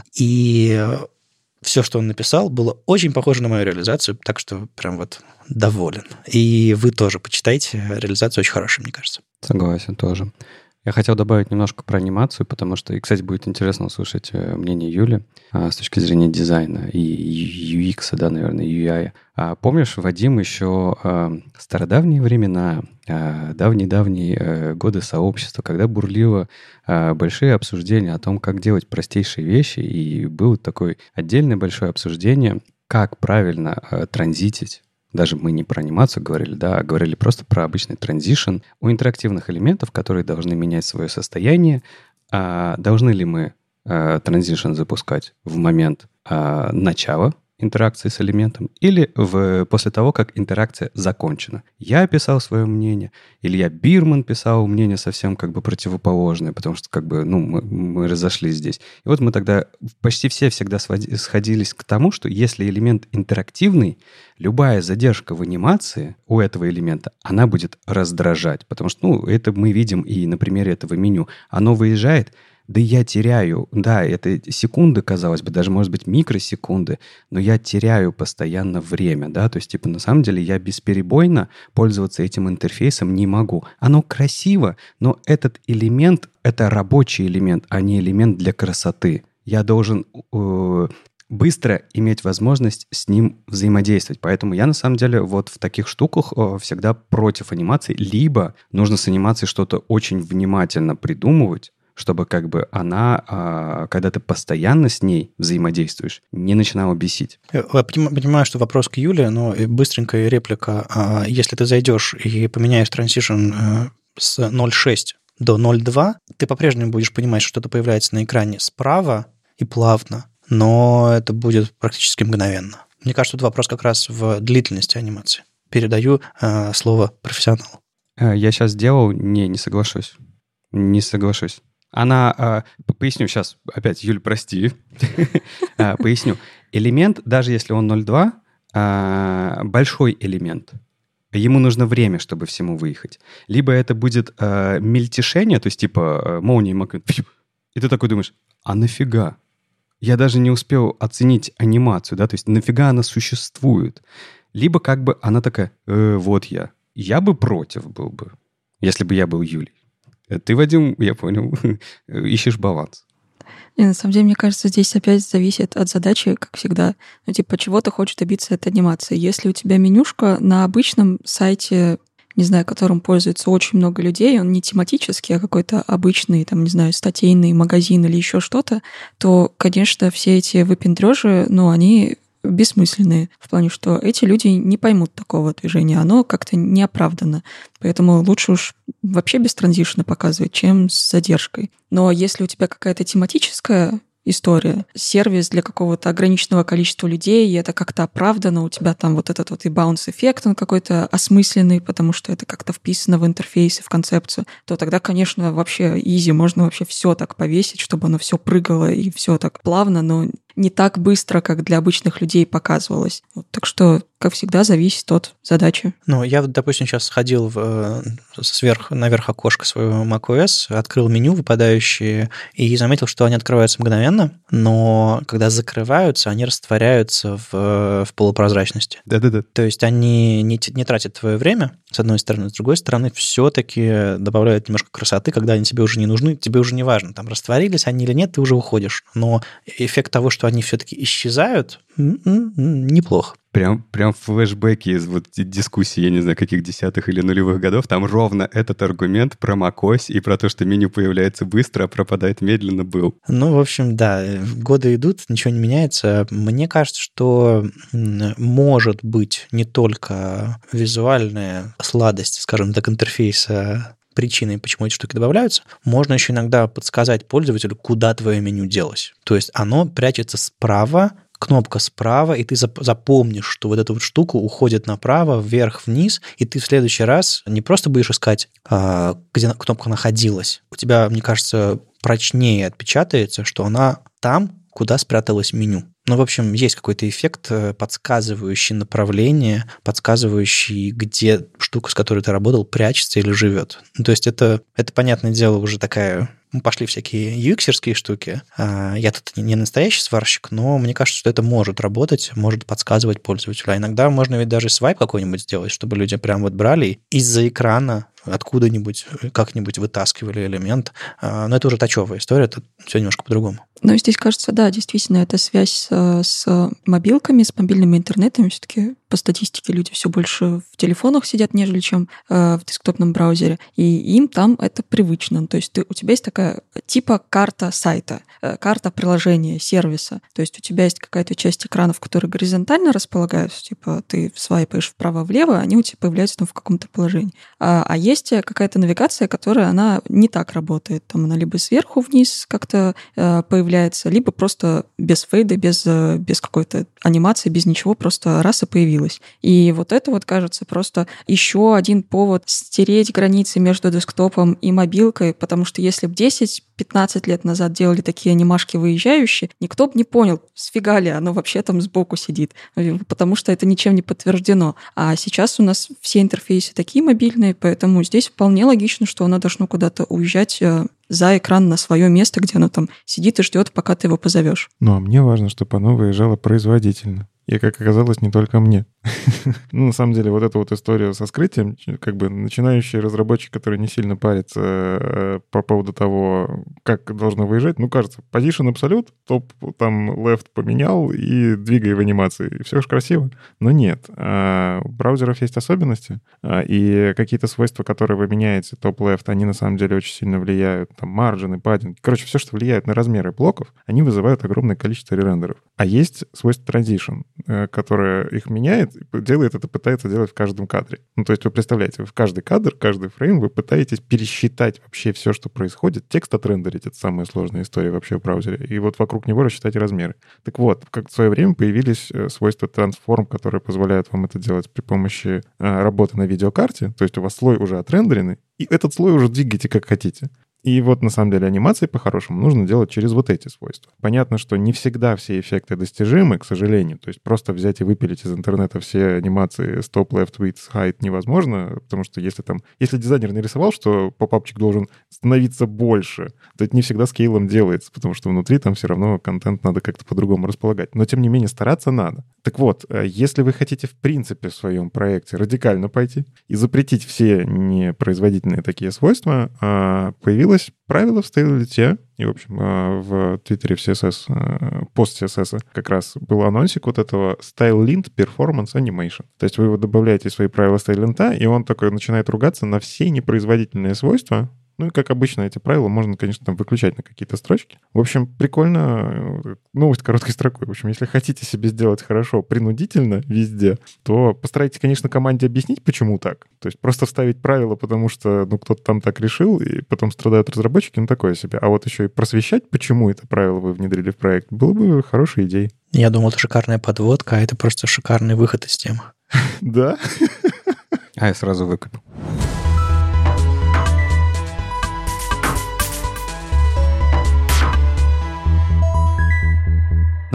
И все, что он написал, было очень похоже на мою реализацию, так что прям вот доволен. И вы тоже почитайте, реализация очень хорошая, мне кажется. Согласен тоже. Я хотел добавить немножко про анимацию, потому что, и, кстати, будет интересно услышать мнение Юли а, с точки зрения дизайна и ю экс, да, наверное, ю ай. А, помнишь, Вадим, еще а, стародавние времена, а, давние-давние а, годы сообщества, когда бурлило а, большие обсуждения о том, как делать простейшие вещи, и было такое отдельное большое обсуждение, как правильно а, транзитить. Даже мы не про анимацию говорили, да, а говорили просто про обычный транзишн у интерактивных элементов, которые должны менять свое состояние. А должны ли мы а, транзишн запускать в момент а, начала интеракции с элементом или в, после того, как интеракция закончена? Я писал свое мнение, Илья Бирман писал мнение совсем как бы противоположное, потому что как бы, ну, мы, мы разошлись здесь. И вот мы тогда почти все всегда своди, сходились к тому, что если элемент интерактивный, любая задержка в анимации у этого элемента, она будет раздражать, потому что, ну, это мы видим и на примере этого меню. Оно выезжает, да я теряю, да, это секунды, казалось бы, даже, может быть, микросекунды, но я теряю постоянно время, да, то есть, типа, на самом деле я бесперебойно пользоваться этим интерфейсом не могу. Оно красиво, но этот элемент, это рабочий элемент, а не элемент для красоты. Я должен э, быстро иметь возможность с ним взаимодействовать. Поэтому я, на самом деле, вот в таких штуках э, всегда против анимации, либо нужно с анимацией что-то очень внимательно придумывать, чтобы как бы она, когда ты постоянно с ней взаимодействуешь, не начинала бесить. Я понимаю, что вопрос к Юле, но быстренькая реплика. Если ты зайдешь и поменяешь транзишн с ноль целых шесть до ноль целых два, ты по-прежнему будешь понимать, что что-то появляется на экране справа и плавно, но это будет практически мгновенно. Мне кажется, тут вопрос как раз в длительности анимации. Передаю слово профессионалу. Я сейчас сделал... Не, не соглашусь. Не соглашусь. Она, э, поясню сейчас, опять, Юль, прости, поясню. Элемент, даже если он ноль целых два, большой элемент, ему нужно время, чтобы всему выехать. Либо это будет мельтешение, то есть типа молнии макнут, и ты такой думаешь, а нафига? Я даже не успел оценить анимацию, да, то есть нафига она существует? Либо как бы она такая, э, вот я. Я бы против был бы, если бы я был Юлей. Ты, Вадим, я понял, ищешь баланс. И на самом деле, мне кажется, здесь опять зависит от задачи, как всегда. Ну, типа, чего ты хочешь добиться от анимации. Если у тебя менюшка на обычном сайте, не знаю, которым пользуется очень много людей, он не тематический, а какой-то обычный, там, не знаю, статейный магазин или еще что-то, то, конечно, все эти выпендрежи, ну, они бессмысленные, в плане, что эти люди не поймут такого движения, оно как-то неоправданно. Поэтому лучше уж вообще без транзишна показывать, чем с задержкой. Но если у тебя какая-то тематическая история, сервис для какого-то ограниченного количества людей, и это как-то оправдано, у тебя там вот этот вот и баунс-эффект, он какой-то осмысленный, потому что это как-то вписано в интерфейс и в концепцию, то тогда, конечно, вообще изи, можно вообще все так повесить, чтобы оно все прыгало и все так плавно, но не так быстро, как для обычных людей показывалось. Вот, так что, как всегда, зависит от задачи. Ну, я, допустим, сейчас сходил в, сверх, наверх окошко своего macOS, открыл меню выпадающие и заметил, что они открываются мгновенно, но когда закрываются, они растворяются в, в полупрозрачности. Да-да-да. То есть они не, не тратят твое время, с одной стороны, с другой стороны, все-таки добавляют немножко красоты, когда они тебе уже не нужны, тебе уже не важно, там растворились они или нет, ты уже уходишь. Но эффект того, что они все-таки исчезают, неплохо. Прям, прям флешбеки из вот дискуссий, я не знаю, каких десятых или нулевых годов, там ровно этот аргумент про macOS и про то, что меню появляется быстро, а пропадает медленно, был. Ну, в общем, да, годы идут, ничего не меняется. Мне кажется, что может быть не только визуальная сладость, скажем так, интерфейса причиной, почему эти штуки добавляются, можно еще иногда подсказать пользователю, куда твое меню делось. То есть оно прячется справа, кнопка справа, и ты запомнишь, что вот эта вот штука уходит направо, вверх, вниз, и ты в следующий раз не просто будешь искать, где кнопка находилась. У тебя, мне кажется, прочнее отпечатается, что она там, куда спряталось меню. Ну, в общем, есть какой-то эффект, подсказывающий направление, подсказывающий, где штука, с которой ты работал, прячется или живет. Ну, то есть это, это, понятное дело, уже такая... Пошли всякие ю экс-ерские штуки. Я тут не настоящий сварщик, но мне кажется, что это может работать, может подсказывать пользователю. А иногда можно ведь даже свайп какой-нибудь сделать, чтобы люди прям вот брали из-за экрана откуда-нибудь как-нибудь вытаскивали элемент. Но это уже тачевая история, это все немножко по-другому. Но здесь, кажется, да, действительно, это связь с, с мобилками, с мобильными интернетами. Все-таки по статистике люди все больше в телефонах сидят, нежели чем э, в десктопном браузере. И им там это привычно. То есть ты, у тебя есть такая типа карта сайта, э, карта приложения, сервиса. То есть у тебя есть какая-то часть экранов, которые горизонтально располагаются, типа ты свайпаешь вправо-влево, они у тебя появляются там в каком-то положении. А, а есть какая-то навигация, которая, она не так работает. Там она либо сверху вниз как-то э, появляется, либо просто без фейда, без, без какой-то анимации, без ничего, просто раз и появилась. И вот это вот, кажется, просто еще один повод стереть границы между десктопом и мобилкой, потому что если бы десять-пятнадцать лет назад делали такие анимашки выезжающие, никто бы не понял, сфига ли оно вообще там сбоку сидит, потому что это ничем не подтверждено. А сейчас у нас все интерфейсы такие мобильные, поэтому здесь вполне логично, что оно должно куда-то уезжать за экран на свое место, где оно там сидит и ждет, пока ты его позовешь. Ну, а мне важно, чтобы оно выезжало производительно. И, как оказалось, не только мне. Ну, на самом деле, вот эта вот история со скрытием, как бы начинающий разработчик, который не сильно парится по поводу того, как должно выезжать, ну, кажется, position absolute, топ там left поменял и двигай в анимации, и все же красиво. Но нет. У браузеров есть особенности, и какие-то свойства, которые вы меняете, топ-left, они на самом деле очень сильно влияют, там, марджины, паддинг. Короче, все, что влияет на размеры блоков, они вызывают огромное количество ререндеров. А есть свойство transition, которое их меняет, делает это, пытается делать в каждом кадре. Ну, то есть вы представляете, вы в каждый кадр, каждый фрейм вы пытаетесь пересчитать вообще все, что происходит. Текст отрендерить — это самая сложная история вообще в браузере. И вот вокруг него рассчитать размеры. Так вот, как в свое время появились свойства Transform, которые позволяют вам это делать при помощи работы на видеокарте. То есть у вас слой уже отрендеренный, и этот слой уже двигаете как хотите. И вот, на самом деле, анимации по-хорошему нужно делать через вот эти свойства. Понятно, что не всегда все эффекты достижимы, к сожалению. То есть просто взять и выпилить из интернета все анимации stop, left, width, height невозможно, потому что если там... Если дизайнер нарисовал, что попапчик должен становиться больше, то это не всегда скейлом делается, потому что внутри там все равно контент надо как-то по-другому располагать. Но, тем не менее, стараться надо. Так вот, если вы хотите, в принципе, в своем проекте радикально пойти и запретить все непроизводительные такие свойства, появилось правило в стейлите, и, в общем, в Твиттере в си эс эс, пост си эс эс как раз был анонсик вот этого StyleLint Performance Animation. То есть вы его добавляете в свои правила StyleLint, и он такой начинает ругаться на все непроизводительные свойства. Ну и, как обычно, эти правила можно, конечно, там выключать на какие-то строчки. В общем, прикольно. Новость короткой строкой. В общем, если хотите себе сделать хорошо принудительно везде, то постарайтесь, конечно, команде объяснить, почему так. То есть просто вставить правила, потому что, ну, кто-то там так решил, и потом страдают разработчики, ну, такое себе. А вот еще и просвещать, почему это правило вы внедрили в проект, было бы хорошей идеей. Я думал, это шикарная подводка, а это просто шикарный выход из темы. Да? А я сразу выкупил.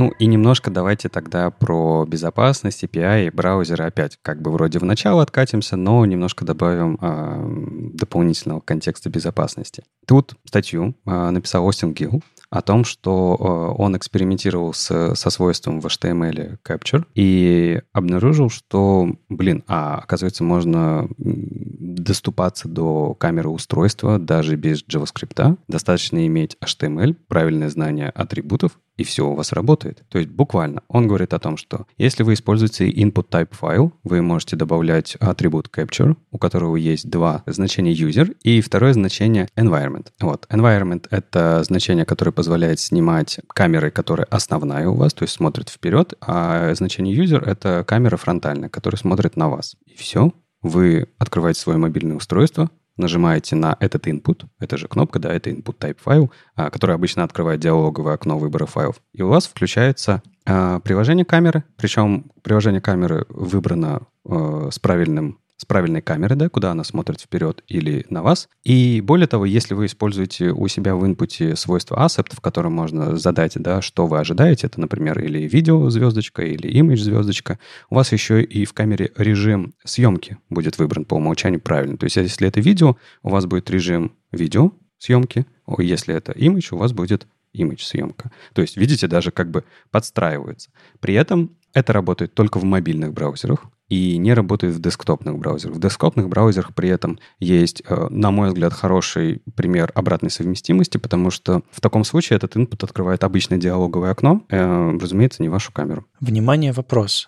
Ну и немножко давайте тогда про безопасность, эй пи ай и браузеры опять. Как бы вроде в начало откатимся, но немножко добавим э, дополнительного контекста безопасности. Тут статью э, написал Остин Гилл о том, что э, он экспериментировал с, со свойством в эйч ти эм эл Capture и обнаружил, что, блин, а оказывается, можно доступаться до камеры устройства даже без JavaScript. Достаточно иметь эйч ти эм эл, правильное знание атрибутов, и все у вас работает. То есть буквально он говорит о том, что если вы используете input type файл, вы можете добавлять атрибут capture, у которого есть два значения user и второе значение environment. Вот. Environment — это значение, которое позволяет снимать камерой, которая основная у вас, то есть смотрит вперед, а значение user — это камера фронтальная, которая смотрит на вас. И все. Вы открываете свое мобильное устройство, нажимаете на этот input, это же кнопка, да, это input type файл, а, который обычно открывает диалоговое окно выбора файлов. И у вас включается а, приложение камеры, причем приложение камеры выбрано а, с правильным с правильной камеры, да, куда она смотрит вперед или на вас. И более того, если вы используете у себя в инпуте свойство asset, в котором можно задать, да, что вы ожидаете, это, например, или видео звездочка, или image звездочка, у вас еще и в камере режим съемки будет выбран по умолчанию правильно. То есть если это видео, у вас будет режим видео съемки, если это image, у вас будет image съемка. То есть, видите, даже как бы подстраивается. При этом это работает только в мобильных браузерах и не работает в десктопных браузерах. В десктопных браузерах при этом есть, на мой взгляд, хороший пример обратной совместимости, потому что в таком случае этот input открывает обычное диалоговое окно, э, разумеется, не вашу камеру. Внимание, вопрос.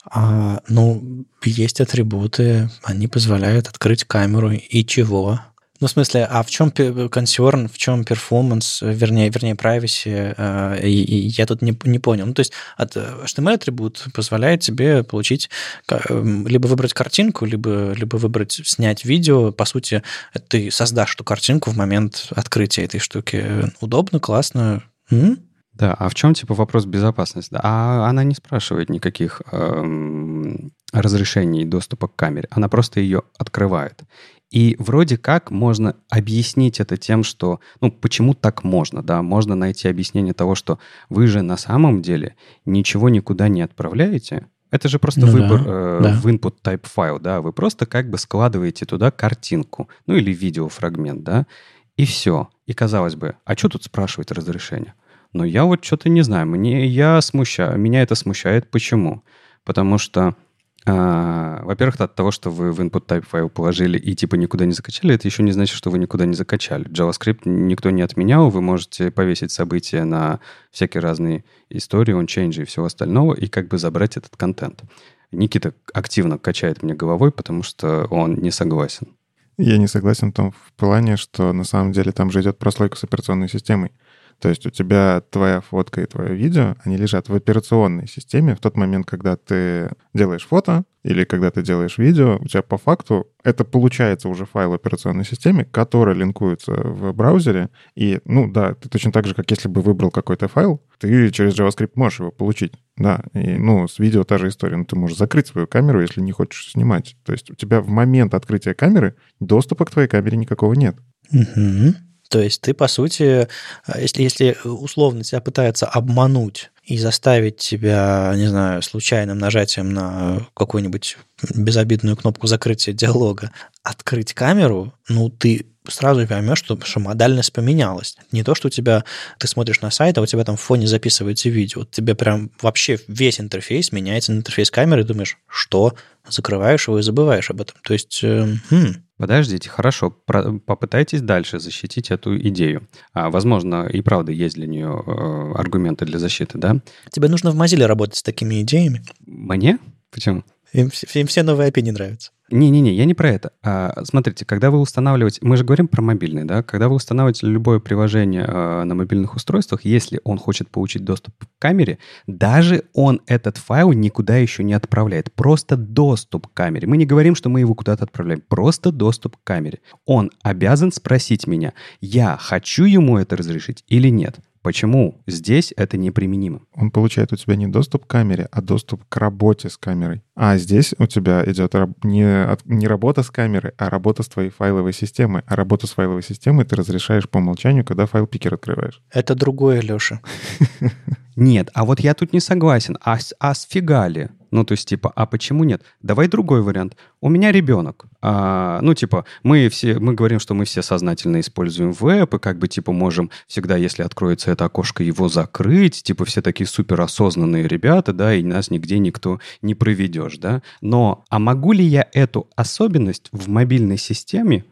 А, ну, есть атрибуты, они позволяют открыть камеру, и чего? Ну, в смысле, а в чем concern, в чем performance, вернее, вернее privacy, э, и, и я тут не, не понял. Ну, то есть от эйч ти эм эл-атрибут позволяет тебе получить, либо выбрать картинку, либо, либо выбрать снять видео. По сути, ты создашь эту картинку в момент открытия этой штуки. Удобно, классно. М? Да, а в чем, типа, вопрос безопасности? А она не спрашивает никаких эм, разрешений доступа к камере. Она просто ее открывает. И вроде как можно объяснить это тем, что, ну, почему так можно, да, можно найти объяснение того, что вы же на самом деле ничего никуда не отправляете. Это же просто ну выбор да, э, да. в input type файл, да, вы просто как бы складываете туда картинку, ну, или видеофрагмент, да, и все. И казалось бы, а что тут спрашивать разрешение? Но я вот что-то не знаю, мне, я смущаю, меня это смущает. Почему? Потому что А, во-первых, от того, что вы в input type файл положили и типа никуда не закачали, это еще не значит, что вы никуда не закачали. JavaScript никто не отменял, вы можете повесить события на всякие разные истории, ончейнджи и всего остального, и как бы забрать этот контент. Никита активно качает мне головой, потому что он не согласен. Я не согласен в том в плане, что на самом деле там же идет прослойка с операционной системой. То есть у тебя твоя фотка и твое видео, они лежат в операционной системе. В тот момент, когда ты делаешь фото или когда ты делаешь видео, у тебя по факту это получается уже файл в операционной системе, который линкуется в браузере. И, ну да, ты точно так же, как если бы выбрал какой-то файл, ты через JavaScript можешь его получить. Да, и, ну, с видео та же история. Ну, ты можешь закрыть свою камеру, если не хочешь снимать. То есть у тебя в момент открытия камеры доступа к твоей камере никакого нет. Угу. То есть ты, по сути, если, если условно тебя пытаются обмануть и заставить тебя, не знаю, случайным нажатием на какую-нибудь безобидную кнопку закрытия диалога открыть камеру, ну, ты сразу поймешь, что, что модальность поменялась. Не то, что у тебя, ты смотришь на сайт, а у тебя там в фоне записывается видео. Тебе прям вообще весь интерфейс меняется на интерфейс камеры, и думаешь, что? Закрываешь его и забываешь об этом. То есть... Э, хм. Подождите, хорошо, про- попытайтесь дальше защитить эту идею. А, возможно, и правда есть для нее э, аргументы для защиты, да? Тебе нужно в Mozilla работать с такими идеями. Мне? Почему? Им, им все новые эй пи ай не нравятся. Не-не-не, я не про это. А, смотрите, когда вы устанавливаете... Мы же говорим про мобильный, да? Когда вы устанавливаете любое приложение э, на мобильных устройствах, если он хочет получить доступ к камере, даже он этот файл никуда еще не отправляет. Просто доступ к камере. Мы не говорим, что мы его куда-то отправляем. Просто доступ к камере. Он обязан спросить меня, я хочу ему это разрешить или нет. Почему здесь это неприменимо? Он получает у тебя не доступ к камере, а доступ к работе с камерой. А здесь у тебя идет не, не работа с камерой, а работа с твоей файловой системой. А работу с файловой системой ты разрешаешь по умолчанию, когда файл-пикер открываешь. Это другое, Леша. Нет, а вот я тут не согласен. А, а сфига ли? Ну, то есть, типа, а почему нет? Давай другой вариант. У меня ребенок. А, ну, типа, мы все, мы говорим, что мы все сознательно используем веб, и как бы, типа, можем всегда, если откроется это окошко, его закрыть. Типа, все такие суперосознанные ребята, да, и нас нигде никто не проведешь, да. Но, а могу ли я эту особенность в мобильной системе,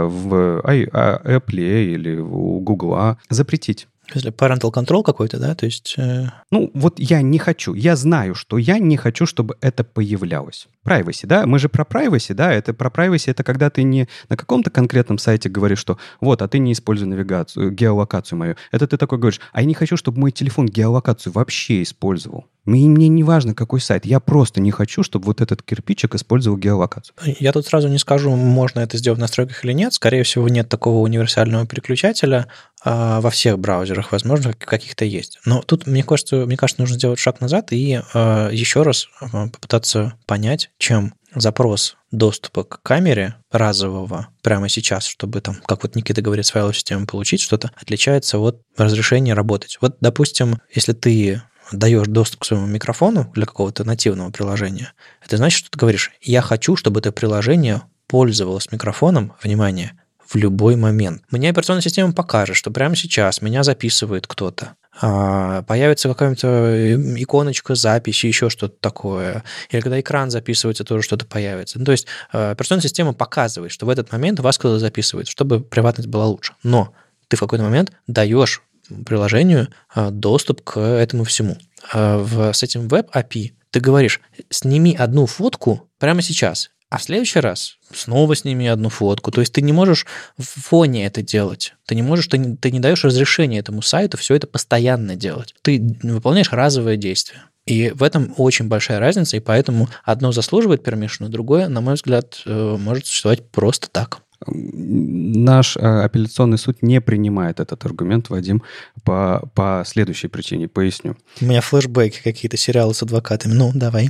в Apple или у Google запретить? Если parental control какой-то, да, то есть... Э... Ну, вот я не хочу. Я знаю, что я не хочу, чтобы это появлялось. Privacy, да? Мы же про privacy, да? Это про privacy, это когда ты не на каком-то конкретном сайте говоришь, что вот, а ты не используй навигацию, геолокацию мою. Это ты такой говоришь, а я не хочу, чтобы мой телефон геолокацию вообще использовал. Мне, мне не важно, какой сайт. Я просто не хочу, чтобы вот этот кирпичик использовал геолокацию. Я тут сразу не скажу, можно это сделать в настройках или нет. Скорее всего, нет такого универсального переключателя. А во всех браузерах, возможно, каких-то есть. Но тут, мне кажется, мне кажется, нужно сделать шаг назад и а, еще раз попытаться понять, чем запрос доступа к камере разового прямо сейчас, чтобы там, как вот Никита говорит, с файловой системой получить что-то, отличается от разрешения работать. Вот, допустим, если ты даешь доступ к своему микрофону для какого-то нативного приложения, это значит, что ты говоришь, я хочу, чтобы это приложение пользовалось микрофоном, внимание, в любой момент. Мне операционная система покажет, что прямо сейчас меня записывает кто-то, появится какая-то иконочка записи, еще что-то такое, или когда экран записывается, тоже что-то появится. Ну, то есть операционная система показывает, что в этот момент вас кто-то записывает, чтобы приватность была лучше. Но ты в какой-то момент даешь приложению доступ к этому всему. В, с этим веб-эй пи ай ты говоришь, сними одну фотку прямо сейчас, а в следующий раз снова сними одну фотку. То есть ты не можешь в фоне это делать. Ты не можешь, ты не, ты не даешь разрешения этому сайту все это постоянно делать. Ты выполняешь разовое действие. И в этом очень большая разница, и поэтому одно заслуживает пермишн, другое, на мой взгляд, может существовать просто так. Наш апелляционный суд не принимает этот аргумент, Вадим, по, по следующей причине. Поясню. У меня флешбеки какие-то, сериалы с адвокатами. Ну, давай.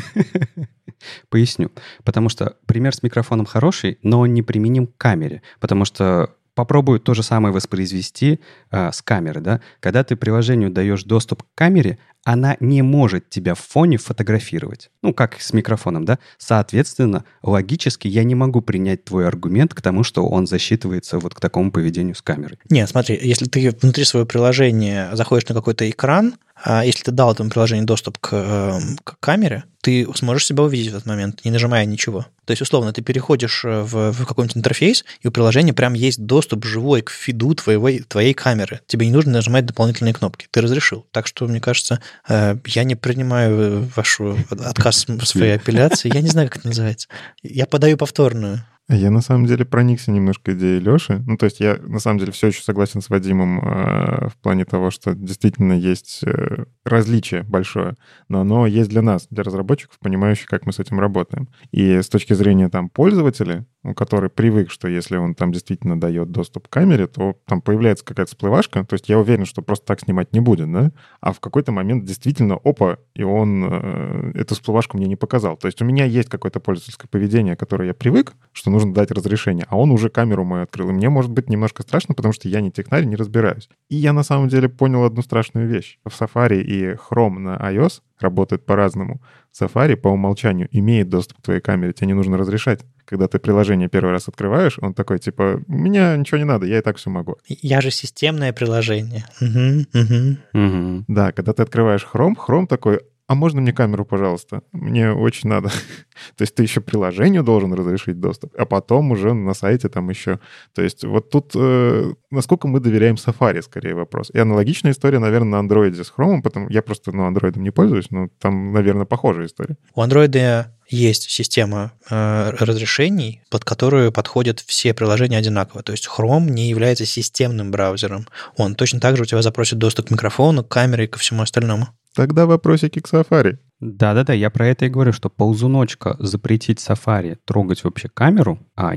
Поясню. Потому что пример с микрофоном хороший, но он не применим к камере. Потому что попробую то же самое воспроизвести э, с камеры, да? Когда ты приложению даешь доступ к камере, она не может тебя в фоне фотографировать. Ну, как с микрофоном, да? Соответственно, логически я не могу принять твой аргумент к тому, что он засчитывается вот к такому поведению с камерой. Нет, смотри, если ты внутри своего приложения заходишь на какой-то экран, а если ты дал этому приложению доступ к, к камере, ты сможешь себя увидеть в этот момент, не нажимая ничего. То есть, условно, ты переходишь в, в какой-нибудь интерфейс, и у приложения прям есть доступ живой к фиду твоего, твоей камеры. Тебе не нужно нажимать дополнительные кнопки. Ты разрешил. Так что, мне кажется, я не принимаю вашу отказ в своей апелляции. Я не знаю, как это называется. Я подаю повторную. Я, на самом деле, проникся немножко идеей Леши. Ну, то есть я, на самом деле, все еще согласен с Вадимом э, в плане того, что действительно есть э, различие большое, но оно есть для нас, для разработчиков, понимающих, как мы с этим работаем. И с точки зрения там пользователя, который привык, что если он там действительно дает доступ к камере, то там появляется какая-то всплывашка, то есть я уверен, что просто так снимать не будет, да? А в какой-то момент действительно, опа, и он э, эту всплывашку мне не показал. То есть у меня есть какое-то пользовательское поведение, которое я привык, что нужно дать разрешение, а он уже камеру мою открыл. И мне может быть немножко страшно, потому что я не технарь, не разбираюсь. И я на самом деле понял одну страшную вещь. В Safari и Chrome на iOS работают по-разному. Safari по умолчанию имеет доступ к твоей камере, тебе не нужно разрешать. Когда ты приложение первый раз открываешь, он такой, типа, мне ничего не надо, я и так все могу. Я же системное приложение. Угу, угу. Угу. Да, когда ты открываешь Chrome, Chrome такой, а можно мне камеру, пожалуйста? Мне очень надо. То есть ты еще приложению должен разрешить доступ, а потом уже на сайте там еще. То есть вот тут э, насколько мы доверяем Safari, скорее вопрос. И аналогичная история, наверное, на Android с Chrome, потому я просто, ну, Android не пользуюсь, но там, наверное, похожая история. У Android есть система э, разрешений, под которую подходят все приложения одинаково. То есть Chrome не является системным браузером. Он точно так же у тебя запросит доступ к микрофону, к камере и ко всему остальному. Тогда вопросики к Safari. Да-да-да, я про это и говорю, что ползуночка запретить Safari трогать вообще камеру, а нету.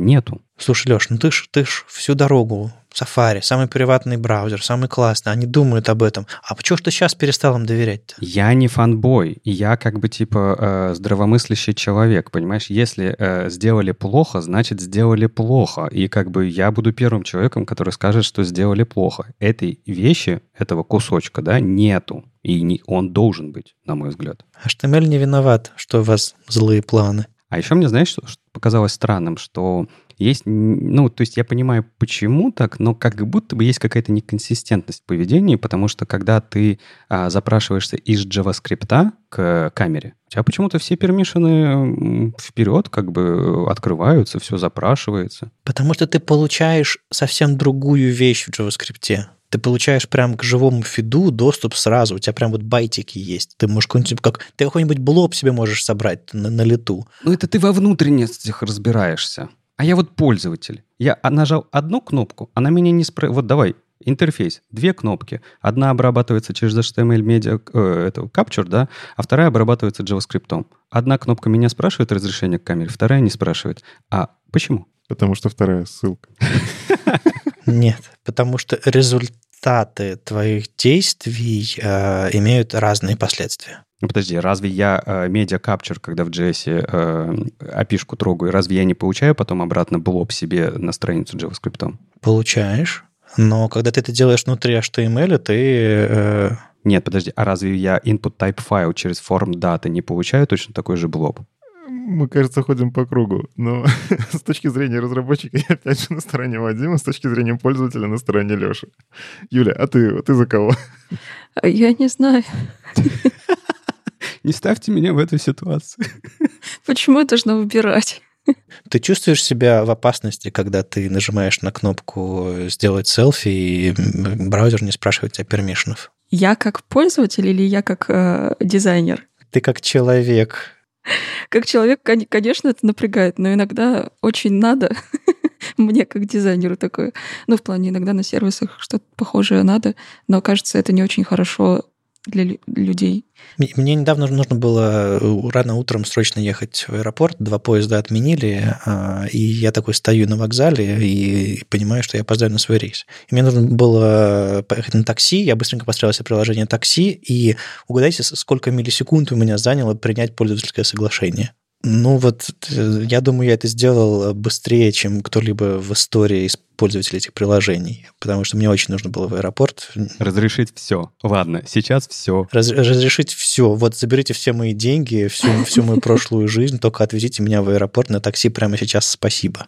Слушай, Леш, ну ты ж, ты ж всю дорогу Safari, самый приватный браузер, самый классный, они думают об этом. А почему ж ты сейчас перестал им доверять-то? Я не фанбой, я как бы типа э, здравомыслящий человек, понимаешь? Если э, сделали плохо, значит сделали плохо. И как бы я буду первым человеком, который скажет, что сделали плохо. Этой вещи, этого кусочка, да, нету. И не, он должен быть, на мой взгляд. эйч ти эм эль не виноват, что у вас злые планы. А еще мне, знаешь, что, что показалось странным, что есть, ну, то есть я понимаю, почему так, но как будто бы есть какая-то неконсистентность в поведении, потому что когда ты а, запрашиваешься из JavaScript к камере, у тебя почему-то все пермишины вперед как бы открываются, все запрашивается. Потому что ты получаешь совсем другую вещь в JavaScript. Ты получаешь прям к живому фиду доступ сразу. У тебя прям вот байтики есть. Ты можешь какой-нибудь, как, ты какой-нибудь блоб себе можешь собрать на, на лету. Ну, это ты во внутренностях разбираешься. А я вот пользователь. Я нажал одну кнопку, она меня не спрашивает. Вот давай, интерфейс, две кнопки. Одна обрабатывается через эйч ти эм эль Media э, это, Capture, да, а вторая обрабатывается JavaScript. Одна кнопка меня спрашивает разрешение к камере, вторая не спрашивает. А почему? Потому что вторая ссылка. Нет, потому что результаты твоих действий э, имеют разные последствия. Ну, подожди, разве я э, Media Capture, когда в джей эс э, эй пи ай-шку трогаю, разве я не получаю потом обратно блоб себе на страницу JavaScript? Получаешь, но когда ты это делаешь внутри эйч ти эм эль, ты... Э... Нет, подожди, а разве я input type файл через form data не получаю точно такой же блоб? Мы, кажется, ходим по кругу, но с точки зрения разработчика я опять же на стороне Вадима, с точки зрения пользователя на стороне Леши. Юля, а ты, ты за кого? Я не знаю. Не ставьте меня в эту ситуацию. Почему я должна выбирать? Ты чувствуешь себя в опасности, когда ты нажимаешь на кнопку «Сделать селфи», и браузер не спрашивает тебя пермишенов? Я как пользователь или я как э, дизайнер? Ты как человек. Как человек, конечно, это напрягает, но иногда очень надо. Мне как дизайнеру такое. Ну, в плане иногда на сервисах что-то похожее надо, но кажется, это не очень хорошо для людей. Мне недавно нужно было рано утром срочно ехать в аэропорт, два поезда отменили, и я такой стою на вокзале и понимаю, что я опоздаю на свой рейс. И мне нужно было поехать на такси, я быстренько построил себе приложение такси, и угадайте, сколько миллисекунд у меня заняло принять пользовательское соглашение. Ну вот, я думаю, я это сделал быстрее, чем кто-либо в истории из пользователей этих приложений, потому что мне очень нужно было в аэропорт. Разрешить все. Ладно, сейчас все. Раз, разрешить все. Вот заберите все мои деньги, всю, всю мою прошлую жизнь, только отвезите меня в аэропорт на такси прямо сейчас, спасибо.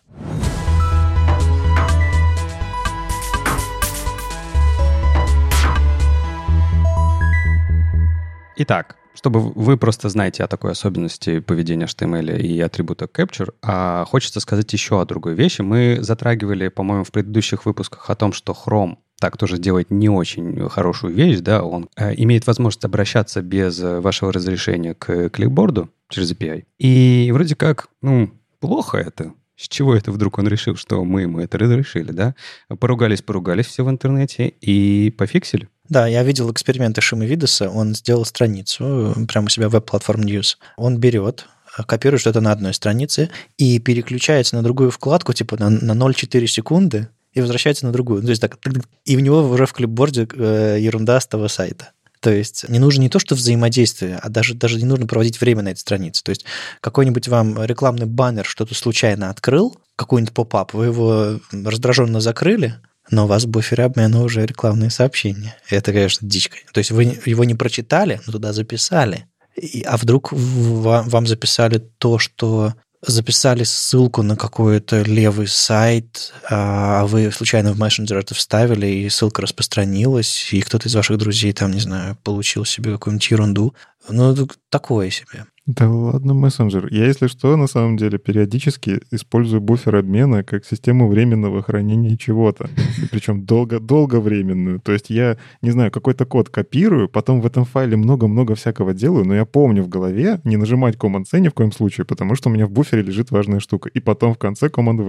Итак, чтобы вы просто знаете о такой особенности поведения эйч ти эм эль и атрибута Capture, а хочется сказать еще о другой вещи. Мы затрагивали, по-моему, в предыдущих выпусках о том, что Chrome так тоже делает не очень хорошую вещь, да, он э, имеет возможность обращаться без вашего разрешения к кликборду через эй пи ай. И вроде как, ну, плохо это. С чего это вдруг он решил, что мы ему это разрешили, да? Поругались-поругались все в интернете и пофиксили. Да, я видел эксперименты Шимы Видеса, он сделал страницу прямо у себя в Web Platform News. Он берет, копирует что-то на одной странице и переключается на другую вкладку, типа на, на ноль целых четыре секунды, и возвращается на другую. То есть так, и у него уже в клипборде ерунда с того сайта. То есть не нужно не то, что взаимодействие, а даже, даже не нужно проводить время на этой странице. То есть какой-нибудь вам рекламный баннер что-то случайно открыл, какой-нибудь поп-ап, вы его раздраженно закрыли, но у вас в буфере обмена уже рекламные сообщения. Это, конечно, дичка. То есть вы его не прочитали, но туда записали. И, а вдруг вам, вам записали то, что... Записали ссылку на какой-то левый сайт, а вы случайно в мессенджер это вставили, и ссылка распространилась, и кто-то из ваших друзей там, не знаю, получил себе какую-нибудь ерунду. Ну, такое себе. Да ладно, мессенджер. Я, если что, на самом деле, периодически использую буфер обмена как систему временного хранения чего-то. Причем долго, долговременную. То есть я, не знаю, какой-то код копирую, потом в этом файле много-много всякого делаю, но я помню в голове не нажимать Command-C ни в коем случае, потому что у меня в буфере лежит важная штука. И потом в конце Command-V.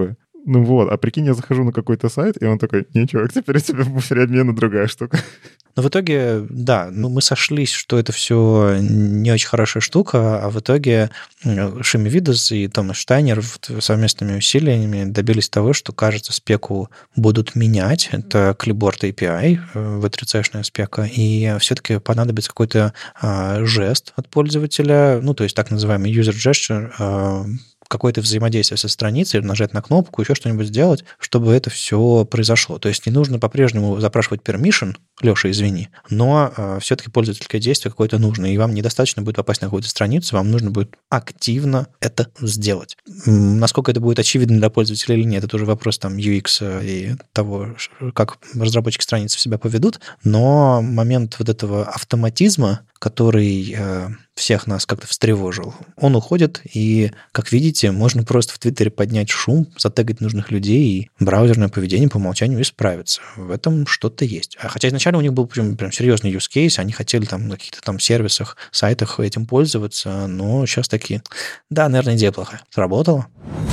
Ну вот, а прикинь, я захожу на какой-то сайт, и он такой, не, чувак, теперь у тебя в буфере обмена другая штука. Но в итоге, да, ну, мы сошлись, что это все не очень хорошая штука, а в итоге Шими Видес и Томас Штайнер совместными усилиями добились того, что, кажется, спеку будут менять. Это Clipboard эй пи ай, ви три си-шная спека, и все-таки понадобится какой-то а, жест от пользователя, ну, то есть так называемый user gesture, а, какое-то взаимодействие со страницей, нажать на кнопку, еще что-нибудь сделать, чтобы это все произошло. То есть не нужно по-прежнему запрашивать permission, Леша, извини, но э, все-таки пользовательское действие какое-то нужно, и вам недостаточно будет попасть на какую-то страницу, вам нужно будет активно это сделать. М, насколько это будет очевидно для пользователя или нет, это уже вопрос там ю экс и того, как разработчики страницы себя поведут, но момент вот этого автоматизма, который э, всех нас как-то встревожил, он уходит, и, как видите, можно просто в Твиттере поднять шум, затегать нужных людей, и браузерное поведение по умолчанию исправится. В этом что-то есть. Хотя изначально у них был прям, прям серьезный use case, они хотели там на каких-то там сервисах, сайтах этим пользоваться, но сейчас такие, да, наверное, идея плохая. Сработало.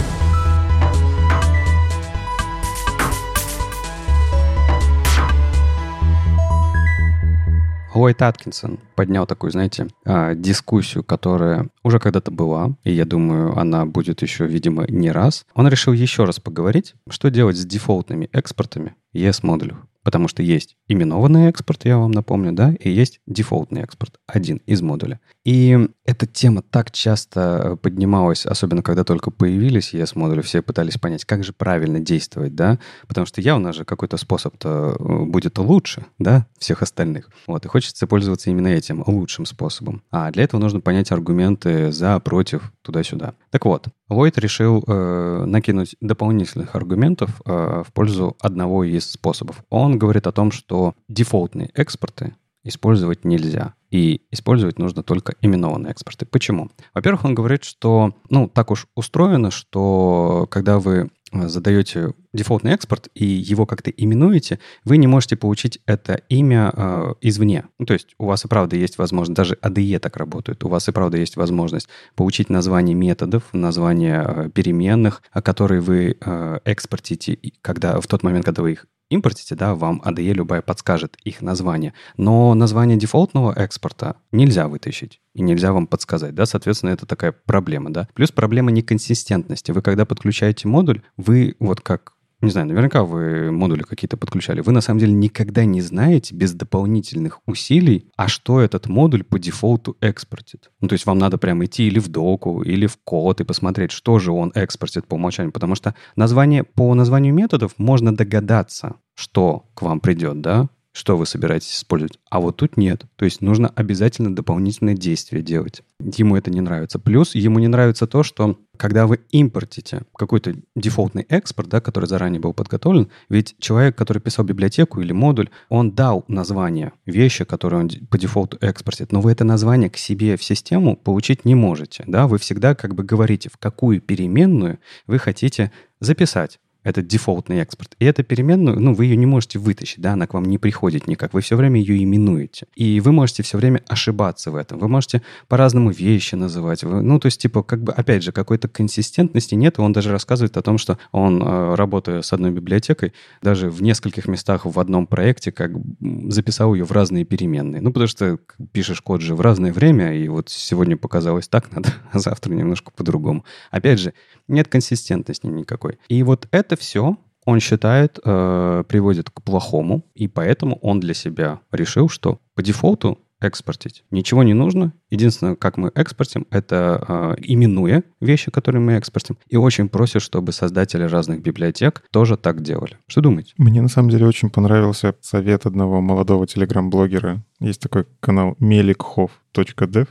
Ллойд Аткинсон поднял такую, знаете, дискуссию, которая уже когда-то была, и я думаю, она будет еще, видимо, не раз. Он решил еще раз поговорить, что делать с дефолтными экспортами и эс-модулей. Потому что есть именованный экспорт, я вам напомню, да, и есть дефолтный экспорт, один из модуля. И эта тема так часто поднималась, особенно когда только появились и эс-модули, все пытались понять, как же правильно действовать, да, потому что явно же какой-то способ-то будет лучше, да, всех остальных. Вот, и хочется пользоваться именно этим лучшим способом. А для этого нужно понять аргументы за, против, туда-сюда. Так вот, Ллойд решил э, накинуть дополнительных аргументов э, в пользу одного из способов. Он говорит о том, что дефолтные экспорты использовать нельзя. И использовать нужно только именованные экспорты. Почему? Во-первых, он говорит, что, ну, так уж устроено, что когда вы задаете дефолтный экспорт и его как-то именуете, вы не можете получить это имя э, извне. Ну, то есть у вас и правда есть возможность, даже эй ди и так работает, у вас и правда есть возможность получить название методов, название э, переменных, которые вы э, экспортите, когда, в тот момент, когда вы их импортите, да, вам эй ди и любая подскажет их название. Но название дефолтного экспорта нельзя вытащить и нельзя вам подсказать, да, соответственно, это такая проблема, да. Плюс проблема неконсистентности. Вы когда подключаете модуль, вы вот как, не знаю, наверняка вы модули какие-то подключали, вы на самом деле никогда не знаете без дополнительных усилий, а что этот модуль по дефолту экспортит. Ну, то есть вам надо прямо идти или в доку, или в код и посмотреть, что же он экспортит по умолчанию, потому что название, по названию методов можно догадаться, что к вам придет, да, что вы собираетесь использовать. А вот тут нет. То есть нужно обязательно дополнительное действие делать. Ему это не нравится. Плюс ему не нравится то, что когда вы импортите какой-то дефолтный экспорт, да, который заранее был подготовлен, ведь человек, который писал библиотеку или модуль, он дал название вещи, которые он по дефолту экспортит, но вы это название к себе в систему получить не можете. Да? Вы всегда как бы говорите, в какую переменную вы хотите записать этот дефолтный экспорт. И эту переменную, ну, вы ее не можете вытащить, да, она к вам не приходит никак. Вы все время ее именуете. И вы можете все время ошибаться в этом. Вы можете по-разному вещи называть. Вы, ну, то есть, типа, как бы, опять же, какой-то консистентности нет. И он даже рассказывает о том, что он, работая с одной библиотекой, даже в нескольких местах в одном проекте как записал ее в разные переменные. Ну, потому что пишешь код же в разное время, и вот сегодня показалось так надо, а завтра немножко по-другому. Опять же, нет консистентности никакой. И вот это все, он считает, э, приводит к плохому, и поэтому он для себя решил, что по дефолту экспортить ничего не нужно. Единственное, как мы экспортим, это э, именуя вещи, которые мы экспортим, и очень просит, чтобы создатели разных библиотек тоже так делали. Что думаете? Мне на самом деле очень понравился совет одного молодого телеграм-блогера. Есть такой канал меликхоф точка дев.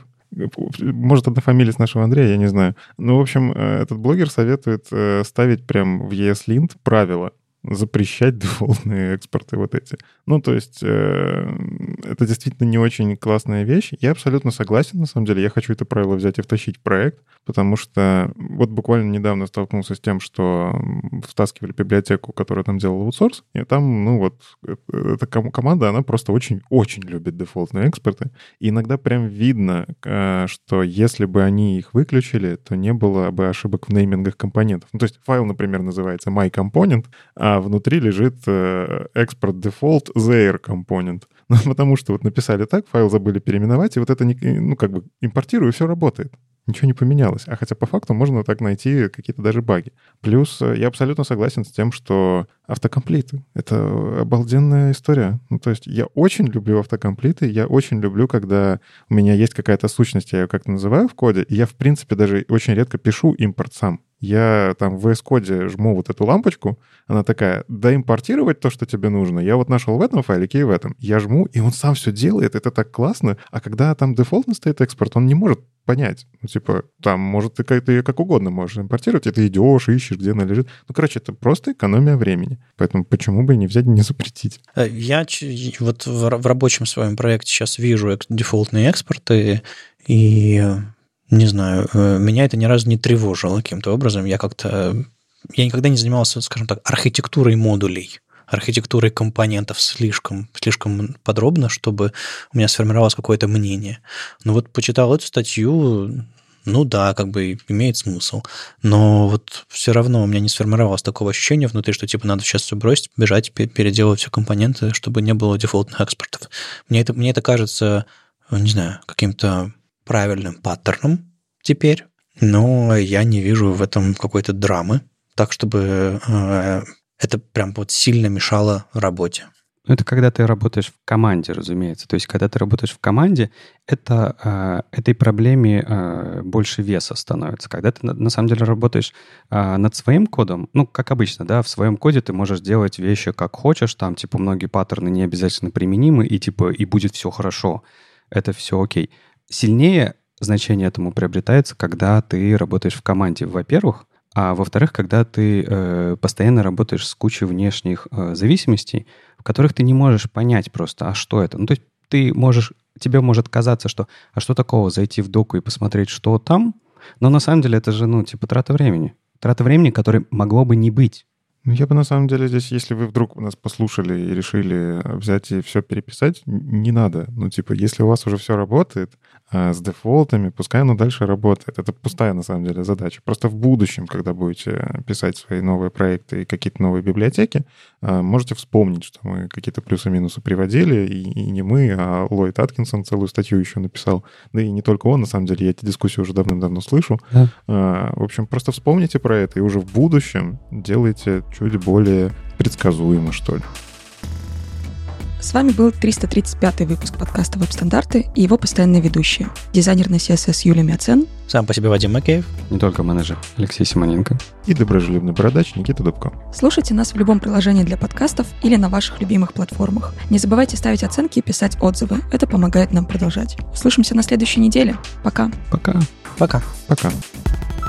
Может, одна фамилия с нашего Андрея, я не знаю. Ну, в общем, этот блогер советует ставить прям в и эс линт правило. запрещать дефолтные экспорты вот эти. Ну, то есть э, это действительно не очень классная вещь. Я абсолютно согласен, на самом деле. Я хочу это правило взять и втащить в проект, потому что вот буквально недавно столкнулся с тем, что втаскивали библиотеку, которая там делала аутсорс, и там, ну вот, эта команда, она просто очень-очень любит дефолтные экспорты. И иногда прям видно, э, что если бы они их выключили, то не было бы ошибок в неймингах компонентов. Ну, то есть файл, например, называется myComponent, а внутри лежит э, export default their component. Ну, потому что вот написали так, файл забыли переименовать, и вот это, не, ну, как бы импортирую, и все работает. Ничего не поменялось. А хотя по факту можно так найти какие-то даже баги. Плюс я абсолютно согласен с тем, что автокомплиты — это обалденная история. Ну, то есть я очень люблю автокомплиты, я очень люблю, когда у меня есть какая-то сущность, я ее как-то называю в коде, и я, в принципе, даже очень редко пишу импорт сам. Я там в ви эс-коде жму вот эту лампочку, она такая: да, импортировать то, что тебе нужно. Я вот нашел в этом файлике и в этом. Я жму, и он сам все делает, это так классно. А когда там дефолтно стоит экспорт, он не может понять. Ну, типа, там, может, ты как, ты ее как угодно можешь импортировать, и ты идешь, ищешь, где она лежит. Ну, короче, это просто экономия времени. Поэтому почему бы не взять и не запретить? Я вот в рабочем своем проекте сейчас вижу дефолтные экспорты, и... Не знаю, меня это ни разу не тревожило каким-то образом. Я как-то... Я никогда не занимался, скажем так, архитектурой модулей, архитектурой компонентов слишком, слишком подробно, чтобы у меня сформировалось какое-то мнение. Но вот почитал эту статью, ну да, как бы имеет смысл. Но вот все равно у меня не сформировалось такого ощущения внутри, что типа надо сейчас все бросить, бежать, переделывать все компоненты, чтобы не было дефолтных экспортов. Мне это, мне это кажется, не знаю, каким-то правильным паттерном теперь, но я не вижу в этом какой-то драмы, так, чтобы э, это прям вот сильно мешало работе. Это когда ты работаешь в команде, разумеется. То есть, когда ты работаешь в команде, это, э, этой проблеме э, больше веса становится. Когда ты на, на самом деле работаешь э, над своим кодом, ну, как обычно, да, в своем коде ты можешь делать вещи как хочешь, там, типа, многие паттерны не обязательно применимы, и, типа, и будет все хорошо. Это все окей. Сильнее значение этому приобретается, когда ты работаешь в команде, во-первых, а во-вторых, когда ты э, постоянно работаешь с кучей внешних э, зависимостей, в которых ты не можешь понять просто, а что это. Ну, то есть ты можешь, тебе может казаться, что, а что такого, зайти в доку и посмотреть, что там, но на самом деле это же, ну, типа трата времени. Трата времени, которой могло бы не быть. Ну, я бы на самом деле здесь, если вы вдруг нас послушали и решили взять и все переписать, не надо. Ну, типа, если у вас уже все работает а, с дефолтами, пускай оно дальше работает. Это пустая, на самом деле, задача. Просто в будущем, когда будете писать свои новые проекты и какие-то новые библиотеки, а, можете вспомнить, что мы какие-то плюсы-минусы приводили, и, и не мы, а Ллойд Аткинсон целую статью еще написал. Да и не только он, на самом деле, я эти дискуссии уже давным-давно слышу. Да. А, в общем, просто вспомните про это, и уже в будущем делайте чуть более предсказуемо, что ли. С вами был триста тридцать пятый выпуск подкаста «Веб-стандарты» и его постоянные ведущие. Дизайнер на си эс эс Юлия Мяцен. Сам по себе Вадим Макеев. Не только менеджер Алексей Симоненко. И доброжелюбный бородач Никита Дубко. Слушайте нас в любом приложении для подкастов или на ваших любимых платформах. Не забывайте ставить оценки и писать отзывы. Это помогает нам продолжать. Услышимся на следующей неделе. Пока. Пока. Пока. Пока.